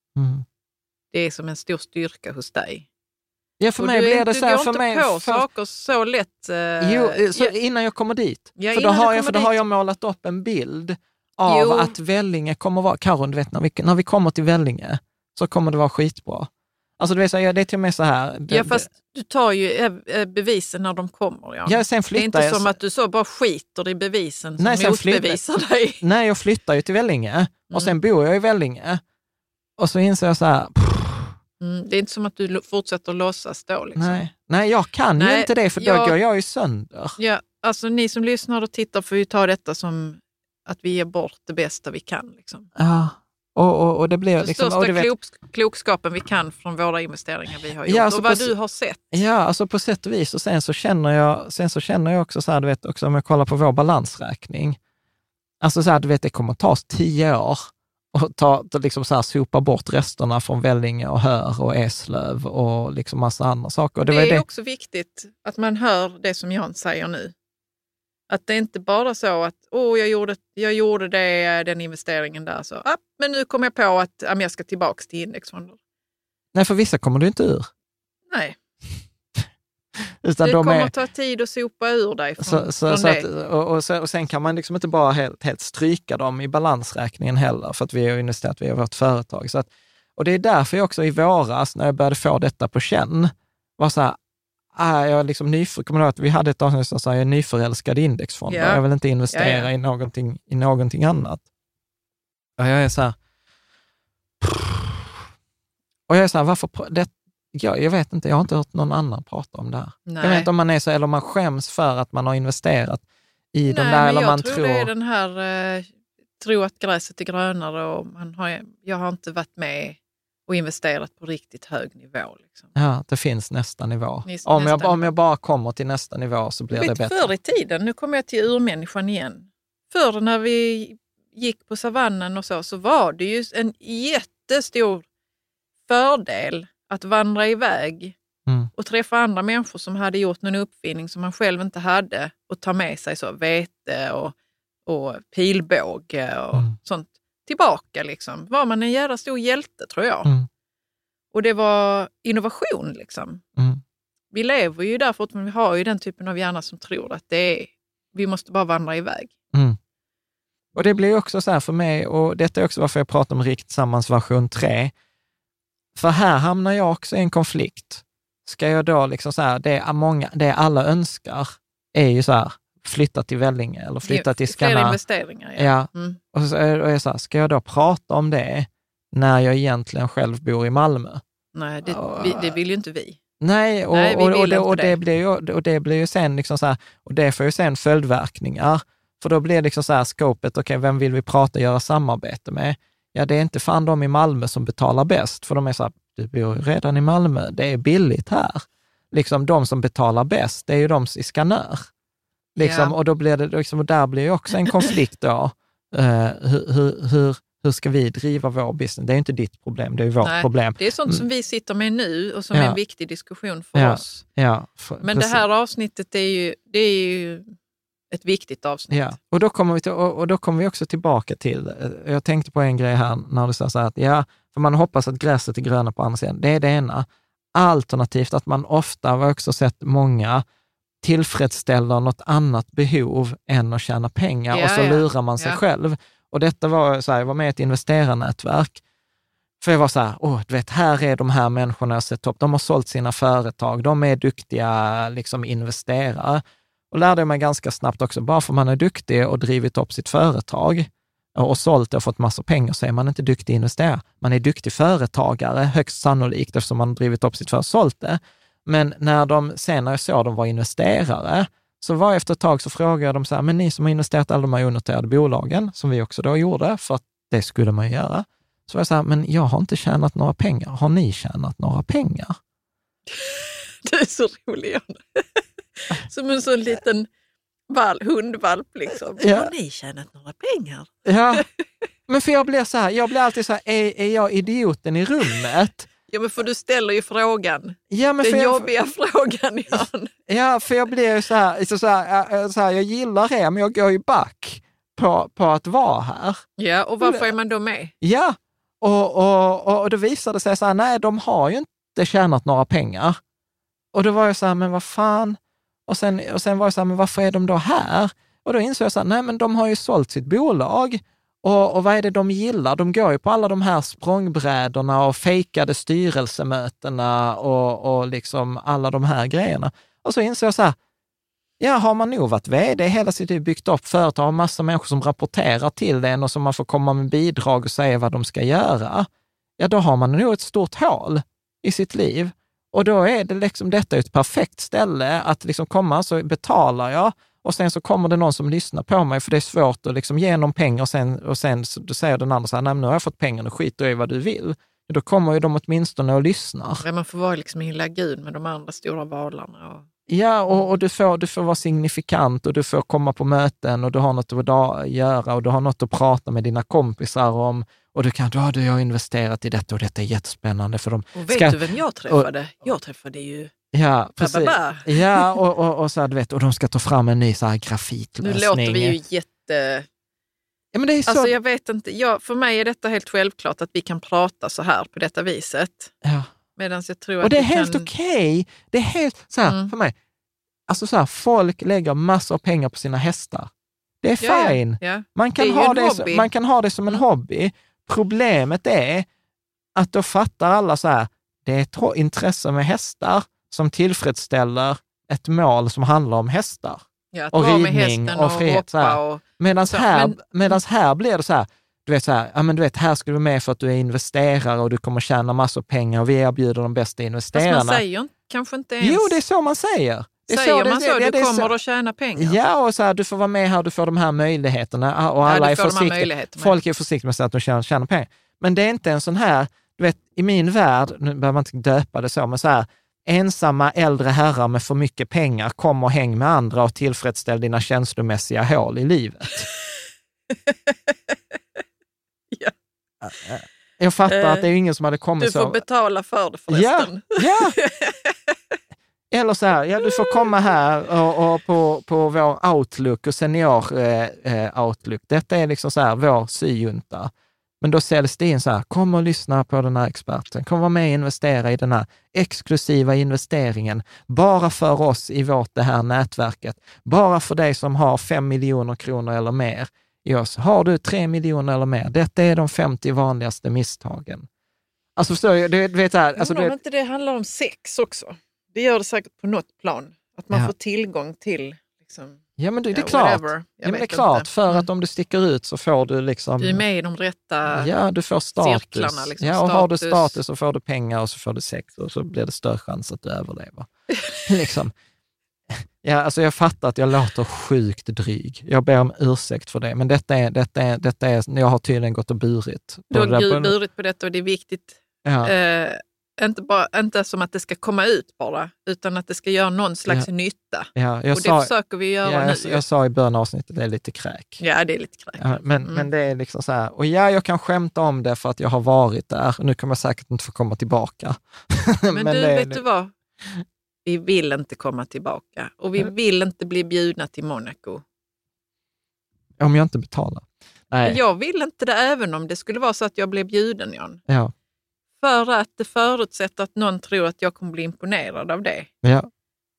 Det är som en stor styrka hos dig. Ja, för mig blir det så här, för mig på saker så lätt. Jo, så innan jag kommer dit. Ja, för då har jag målat upp en bild av att Vellinge kommer vara, Karin, du vet, när vi kommer till Vellinge så kommer det vara skitbra. Alltså du vet, det är till och med så här. Fast du tar ju bevisen när de kommer. Ja. Sen det är inte som att du så bara skiter i bevisen som motbevisar dig. Nej, jag flyttar ju till Vellinge och sen bor jag i Vellinge. Och så inser jag så här... Det är inte som att du fortsätter låtsas då. Liksom. Nej, jag kan ju inte det, för då går jag ju sönder. Ja, alltså ni som lyssnar och tittar får ju ta detta som att vi ger bort det bästa vi kan. Liksom. Ja, och det blir... Den största klokskapen vi kan från våra investeringar vi har gjort. Alltså och vad du har sett. Ja, alltså på sätt och vis. Och sen så känner jag också så här, du vet, också om jag kollar på vår balansräkning. Alltså så här, du vet, det kommer att ta 10 år och liksom så här, sopa bort resterna från Vellinge och Hör och Eslöv och liksom massa andra saker. Och det är också viktigt att man hör det som Jan säger nu. Att det är inte bara så att jag gjorde den investeringen där. Så, men nu kom jag på att jag ska tillbaka till indexfonder. Nej, för vissa kommer du inte ur. Nej. Utan det kommer att ta tid att sopa ur dig från det. Och sen kan man liksom inte bara helt stryka dem i balansräkningen heller, för att vi har investerat i vårt företag. Så att, och det är därför jag också i våras, när jag började få detta på känn, var så här, jag liksom kommer ihåg att vi hade ett avsnitt som sa jag är nyförälskad i indexfonder. Ja. Jag vill inte investera i någonting annat. Och jag är så här, varför jag vet inte, jag har inte hört någon annan prata om det här. Nej. Jag vet inte om man är så, eller om man skäms för att man har investerat i de där, eller man tror... det är den här tro att gräset är grönare och jag har inte varit med och investerat på riktigt hög nivå. Liksom. Ja, det finns nästa nivå. Om jag bara kommer till nästa nivå så blir det bättre. Förr i tiden, nu kommer jag till urmänniskan igen. Förr när vi gick på savannen och så var det ju en jättestor fördel att vandra iväg och träffa andra människor som hade gjort någon uppfinning som man själv inte hade och ta med sig så vete och pilbåge och sånt tillbaka liksom. Var man en jävla stor hjälte, tror jag. Och det var innovation liksom. Vi lever ju där fortfarande, vi har ju den typen av hjärna som tror att vi måste bara vandra iväg. Och det blir också så här för mig, och detta är också varför jag pratar om Rikt Tillsammans version 3. För här hamnar jag också i en konflikt. Ska jag då liksom så här, det alla önskar är ju så här, flytta till Vellinge eller flytta till Skanör. Fler investeringar, ja. Och så är jag så här, ska jag då prata om det när jag egentligen själv bor i Malmö? Nej, det vill ju inte vi. Nej, och det blir ju sen liksom så här, och det får ju sen följdverkningar. För då blir det liksom så här skopet, okej, vem vill vi prata och göra samarbete med? Ja, det är inte fan de i Malmö som betalar bäst, för de är så här, du bor ju redan i Malmö, det är billigt här. Liksom de som betalar bäst, det är ju de i Skanör. Liksom, och då blir det liksom, och där blir ju också en konflikt då. Hur ska vi driva vår business? Det är inte ditt problem, det är vårt problem. Det är sånt som vi sitter med nu och som är en viktig diskussion för oss. Men det här avsnittet det är ju ett viktigt avsnitt. Ja, och då kommer vi också tillbaka till, jag tänkte på en grej här när du sa så här att för man hoppas att gräset är gröna på andra sidan. Det är det ena. Alternativt att man ofta har också sett många tillfredsställer något annat behov än att tjäna pengar och så lurar man sig själv. Och detta var så här, jag var med i ett investerarnätverk. För jag var så här, du vet, här är de här människorna jag sett upp. De har sålt sina företag, de är duktiga liksom investerare. Och lärde mig ganska snabbt också, bara för man är duktig och drivit upp sitt företag och sålt och fått massa pengar, så är man inte duktig investerare. Man är duktig företagare, högst sannolikt, eftersom man drivit upp sitt företag och sålt det. Men när jag såg de var investerare, så var efter ett tag så frågade jag dem så här, men ni som har investerat alla de här onoterade bolagen, som vi också då gjorde, för att det skulle man göra. Så var jag så här, men jag har inte tjänat några pengar. Har ni tjänat några pengar? Det är så roligt. Som en sån liten hundvalp liksom. Ja. Har ni tjänat några pengar? Ja, men för jag blir alltid så här, är jag idioten i rummet? Ja, men för du ställer ju frågan. Ja, men den jobbiga frågan, Jan. Ja, för jag blir så här, jag gillar det, men jag går ju back på att vara här. Ja, och varför är man då med? Ja, och då visade det sig så här, nej, de har ju inte tjänat några pengar. Och då var jag så här, men vad fan? Och sen var jag så här, men varför är de då här? Och då insåg jag så här, nej, men de har ju sålt sitt bolag Och vad är det de gillar? De går ju på alla de här språngbrädorna och fejkade styrelsemötena och liksom alla de här grejerna. Och så inser jag så här, har man nog varit vd hela sitt liv, byggt upp företag, har massa människor som rapporterar till en och som man får komma med bidrag och säga vad de ska göra. Ja, då har man nog ett stort hål i sitt liv. Och då är det liksom, detta är ett perfekt ställe att liksom komma, så betalar jag och sen så kommer det någon som lyssnar på mig, för det är svårt att liksom ge någon pengar och sen då säger den andra så här, nej, nu har jag fått pengar och skit och är vad du vill. Då kommer ju de åtminstone och lyssnar. Ja, man får vara liksom i en lagun med de andra stora valarna. Ja, och du får vara signifikant och du får komma på möten och du har något att göra och du har något att prata med dina kompisar om. Och du kan, jag har investerat i detta och detta är jättespännande för dem. Och vet du vem jag träffade? Jag träffade ju... Ja, precis. Ja, och så här, du vet, och de ska ta fram en ny så här grafitlösning. Nu låter vi ju jätte... Ja, men det är så... Alltså jag vet inte, för mig är detta helt självklart att vi kan prata så här på detta viset. Ja. Medan jag tror och att det är helt okej. Det är helt så här, för mig. Alltså så här, folk lägger massor av pengar på sina hästar. Det är fine. Ja. Man kan ha det som en hobby. Problemet är att då fattar alla så här, det är ett intresse med hästar som tillfredsställer ett mål som handlar om hästar. Ja, och ridning och frihet. Medan här blir det så här, du vet så här, ja men du vet, här ska du med för att du är investerare och du kommer tjäna massor pengar och vi erbjuder de bästa investerarna. Fast man säger kanske inte ens... Jo, det är så man säger. Du kommer att tjäna pengar. Ja, och så här, du får vara med här, du får de här möjligheterna och alla är försiktiga. Folk är försiktiga med att de tjänar pengar. Men det är inte en sån här, du vet, i min värld, nu behöver man inte döpa det så, men så här, ensamma äldre herrar med för mycket pengar, kom och häng med andra och tillfredsställ dina känslomässiga hål i livet. Ja. Jag fattar att det är ingen som hade kommit så. Du får betala för det förresten. Ja. Eller så här, du får komma här och på vår Outlook och senior Outlook. Detta är liksom så här, vår syjunta. Men då säljs det in så här, kom och lyssna på den här experten. Kom vara med och investera i den här exklusiva investeringen. Bara för oss i det här nätverket. Bara för dig som har 5 miljoner kronor eller mer i oss. Har du 3 miljoner eller mer? Detta är de 50 vanligaste misstagen. Alltså förstår du vet så här. Alltså, om inte det handlar om sex också. Det gör det säkert på något plan. Att man får tillgång till... Liksom, ja, men det är klart. Ja, men det är klart, för att om du sticker ut så får du liksom... Du är med i de rätta du får status. Cirklarna. Liksom, och har du status så får du pengar och så får du sex och så blir det större chans att du överlever. liksom. Ja, alltså jag fattar att jag låter sjukt dryg. Jag ber om ursäkt för det, men detta är jag har tydligen gått och burit. Du har burit på detta och det är viktigt. Ja. Inte som att det ska komma ut bara, utan att det ska göra någon slags nytta. Ja, och det försöker vi göra nu. Jag sa i början av avsnittet, det är lite kräk. Ja, det är lite kräk. Ja, men det är liksom så här, och jag kan skämta om det för att jag har varit där. Nu kommer jag säkert inte få komma tillbaka. Men du, vet du vad? Vi vill inte komma tillbaka. Och vi vill inte bli bjudna till Monaco. Om jag inte betalar. Nej. Jag vill inte det, även om det skulle vara så att jag blev bjuden, Jan. Ja. För att det förutsätter att någon tror att jag kommer bli imponerad av det. Ja.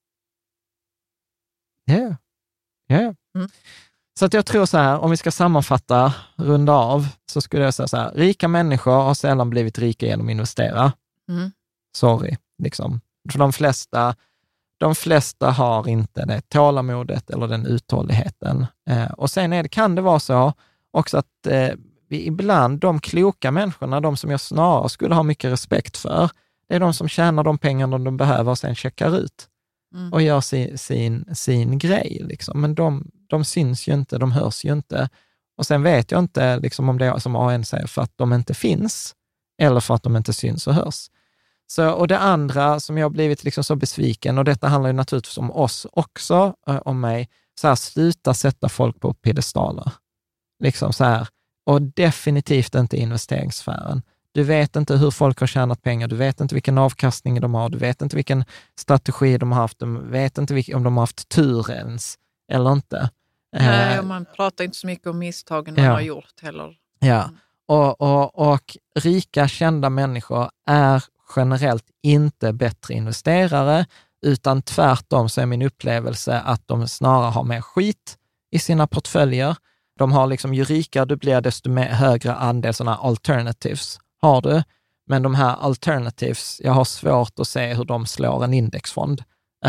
Så att jag tror så här, om vi ska sammanfatta, runda av, så skulle jag säga så här, rika människor har sällan blivit rika genom att investera. Sorry, liksom. För de flesta har inte det tålamodet eller den uthålligheten. Och sen kan det vara så också att ibland de kloka människorna, de som jag snarare skulle ha mycket respekt för, det är de som tjänar de pengarna de behöver och sen checkar ut och gör sin grej. Liksom. Men de syns ju inte, de hörs ju inte. Och sen vet jag inte liksom, om det är som AN säger, för att de inte finns eller för att de inte syns och hörs. Så, och det andra som jag har blivit liksom så besviken, och detta handlar ju naturligtvis om oss också, om mig, så här, sluta sätta folk på piedestaler. Liksom så här. Och definitivt inte investeringssfären. Du vet inte hur folk har tjänat pengar, du vet inte vilken avkastning de har, du vet inte vilken strategi de har haft, du vet inte om de har haft tur ens eller inte. Nej, och man pratar inte så mycket om misstagen man har gjort heller. Ja, och rika, kända människor är generellt inte bättre investerare, utan tvärtom så är min upplevelse att de snarare har mer skit i sina portföljer. De har liksom, ju rikare du blir, desto högre andel sådana alternatives har du. Men de här alternatives, jag har svårt att se hur de slår en indexfond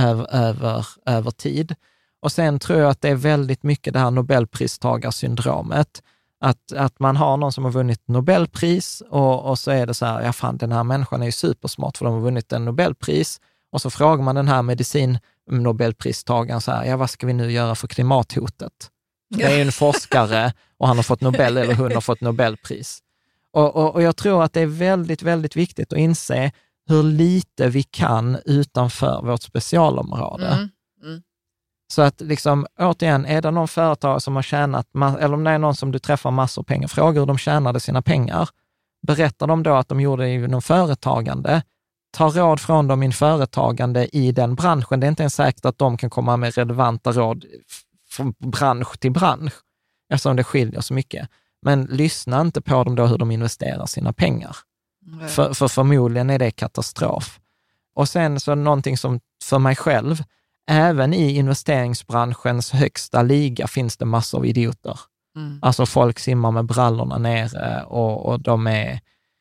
över tid. Och sen tror jag att det är väldigt mycket det här Nobelpristagarsyndromet. Att man har någon som har vunnit Nobelpris och så är det så här, ja fan, den här människan är ju supersmart för de har vunnit en Nobelpris. Och så frågar man den här medicin-Nobelpristagaren så här, ja vad ska vi nu göra för klimathotet? Det är ju en forskare och han har fått Nobel eller hon har fått Nobelpris. Och jag tror att det är väldigt, väldigt viktigt att inse hur lite vi kan utanför vårt specialområde. Så att liksom, återigen, är det någon företag som har tjänat, eller om det är någon som du träffar massor pengar, frågar hur de tjänade sina pengar. Berättar de då att de gjorde det inom företagande, ta råd från dem i företagande i den branschen. Det är inte ens säkert att de kan komma med relevanta råd från bransch till bransch, eftersom det skiljer så mycket. Men lyssna inte på dem då hur de investerar sina pengar. För förmodligen är det katastrof. Och sen så någonting som för mig själv, även i investeringsbranschens högsta liga finns det massor av idioter. Alltså folk simmar med brallorna nere och de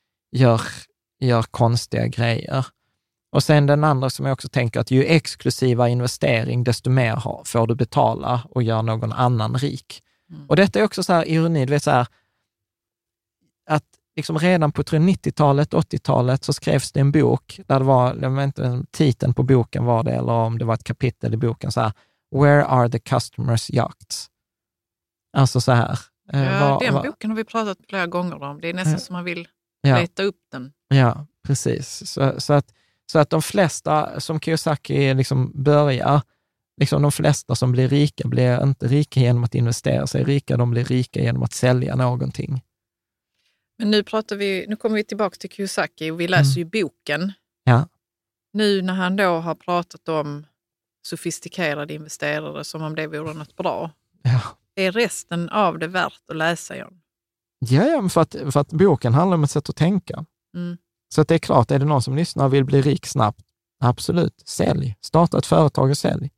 gör konstiga grejer. Och sen den andra som jag också tänker att ju exklusiva investering, desto mer får du betala och gör någon annan rik. Och detta är också så här ironi, du vet så här, att liksom redan på 90-talet, 80-talet så skrevs det en bok där det var, jag vet inte, titeln på boken var det, eller om det var ett kapitel i boken så här, Where are the customers' yachts? Alltså så här. Den boken har vi pratat flera gånger om. Det är nästan som man vill leta upp den. Ja, precis. Så att de flesta som Kiyosaki liksom börjar, liksom de flesta som blir rika blir inte rika genom att investera sig rika, de blir rika genom att sälja någonting. Men nu kommer vi tillbaka till Kiyosaki och vi läser ju boken. Ja. Nu när han då har pratat om sofistikerade investerare som om det vore något bra. Ja. Är resten av det värt att läsa, John? Ja, för att boken handlar om ett sätt att tänka. Så att det är klart, är det någon som lyssnar och vill bli rik snabbt, absolut, sälj. Starta ett företag och sälj.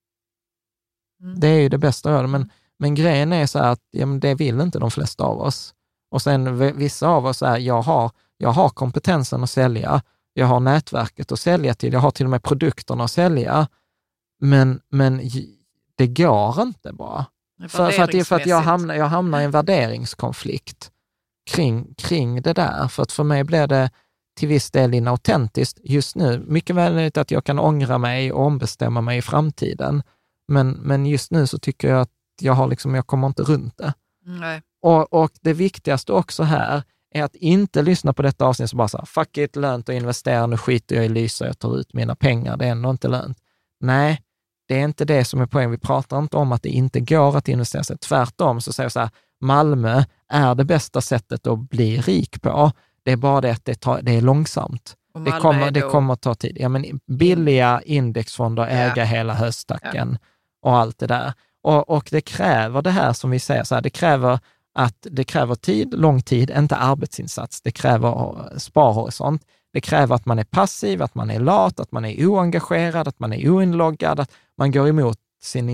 Det är ju det bästa att göra. Men grejen är så här att det vill inte de flesta av oss. Och sen vissa av oss är, jag har kompetensen att sälja, jag har nätverket att sälja till, jag har till och med produkterna att sälja, men det går inte bara. För att jag hamnar i en värderingskonflikt kring det där. För att för mig blir det till viss del inautentiskt just nu. Mycket väl att jag kan ångra mig och ombestämma mig i framtiden. Men just nu så tycker jag att jag kommer inte runt det. Nej. Och det viktigaste också här är att inte lyssna på detta avsnitt som bara så här, fuck it, lönt att investera, nu skiter jag i Lysa, jag tar ut mina pengar, det är ändå inte lönt. Nej, det är inte det som är poäng. Vi pratar inte om att det inte går att investera sig. Tvärtom så säger jag så här, Malmö är det bästa sättet att bli rik på. Det är bara det att det är långsamt. Det kommer att ta tid. Ja, men billiga indexfonder äga hela höstacken och allt det där. Och det kräver det här som vi säger, så här, det kräver tid, lång tid, inte arbetsinsats. Det kräver sparhorisont. Det kräver att man är passiv, att man är lat, att man är oengagerad, att man är oinloggad, att man går emot sin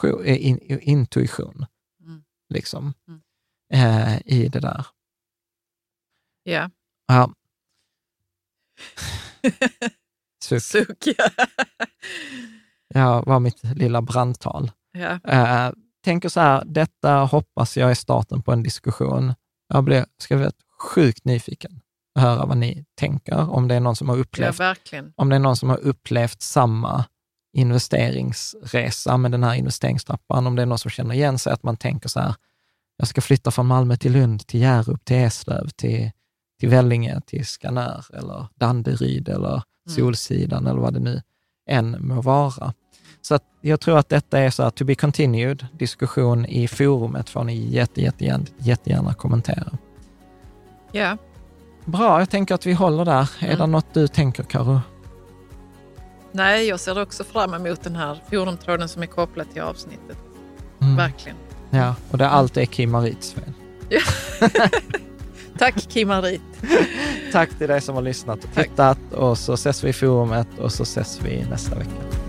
intuition. Liksom. I det där. Ja. Ja. Suck. Ja, var mitt lilla brandtal. Ja. Tänker så här, detta hoppas jag är starten på en diskussion. Jag blir sjukt nyfiken att höra vad ni tänker, om det är någon som har upplevt, om det är någon som har upplevt samma investeringsresa med den här investeringstrappan, om det är någon som känner igen sig, att man tänker så här, jag ska flytta från Malmö till Lund, till Hjärup, till Eslöv, till Vellinge, till Skanör eller Danderyd eller Solsidan eller vad det nu än må vara. Så att jag tror att detta är så här, to be continued, diskussion i forumet får ni jättegärna kommentera. Ja. Bra, jag tänker att vi håller där. Är det något du tänker, Karo? Nej, jag ser också fram emot den här forumtråden som är kopplad till avsnittet. Verkligen. Ja, och det allt är Kim Marits fel. Ja. Tack Kim Marit. Tack till dig som har lyssnat och tittat. Och så ses vi i forumet och så ses vi nästa vecka.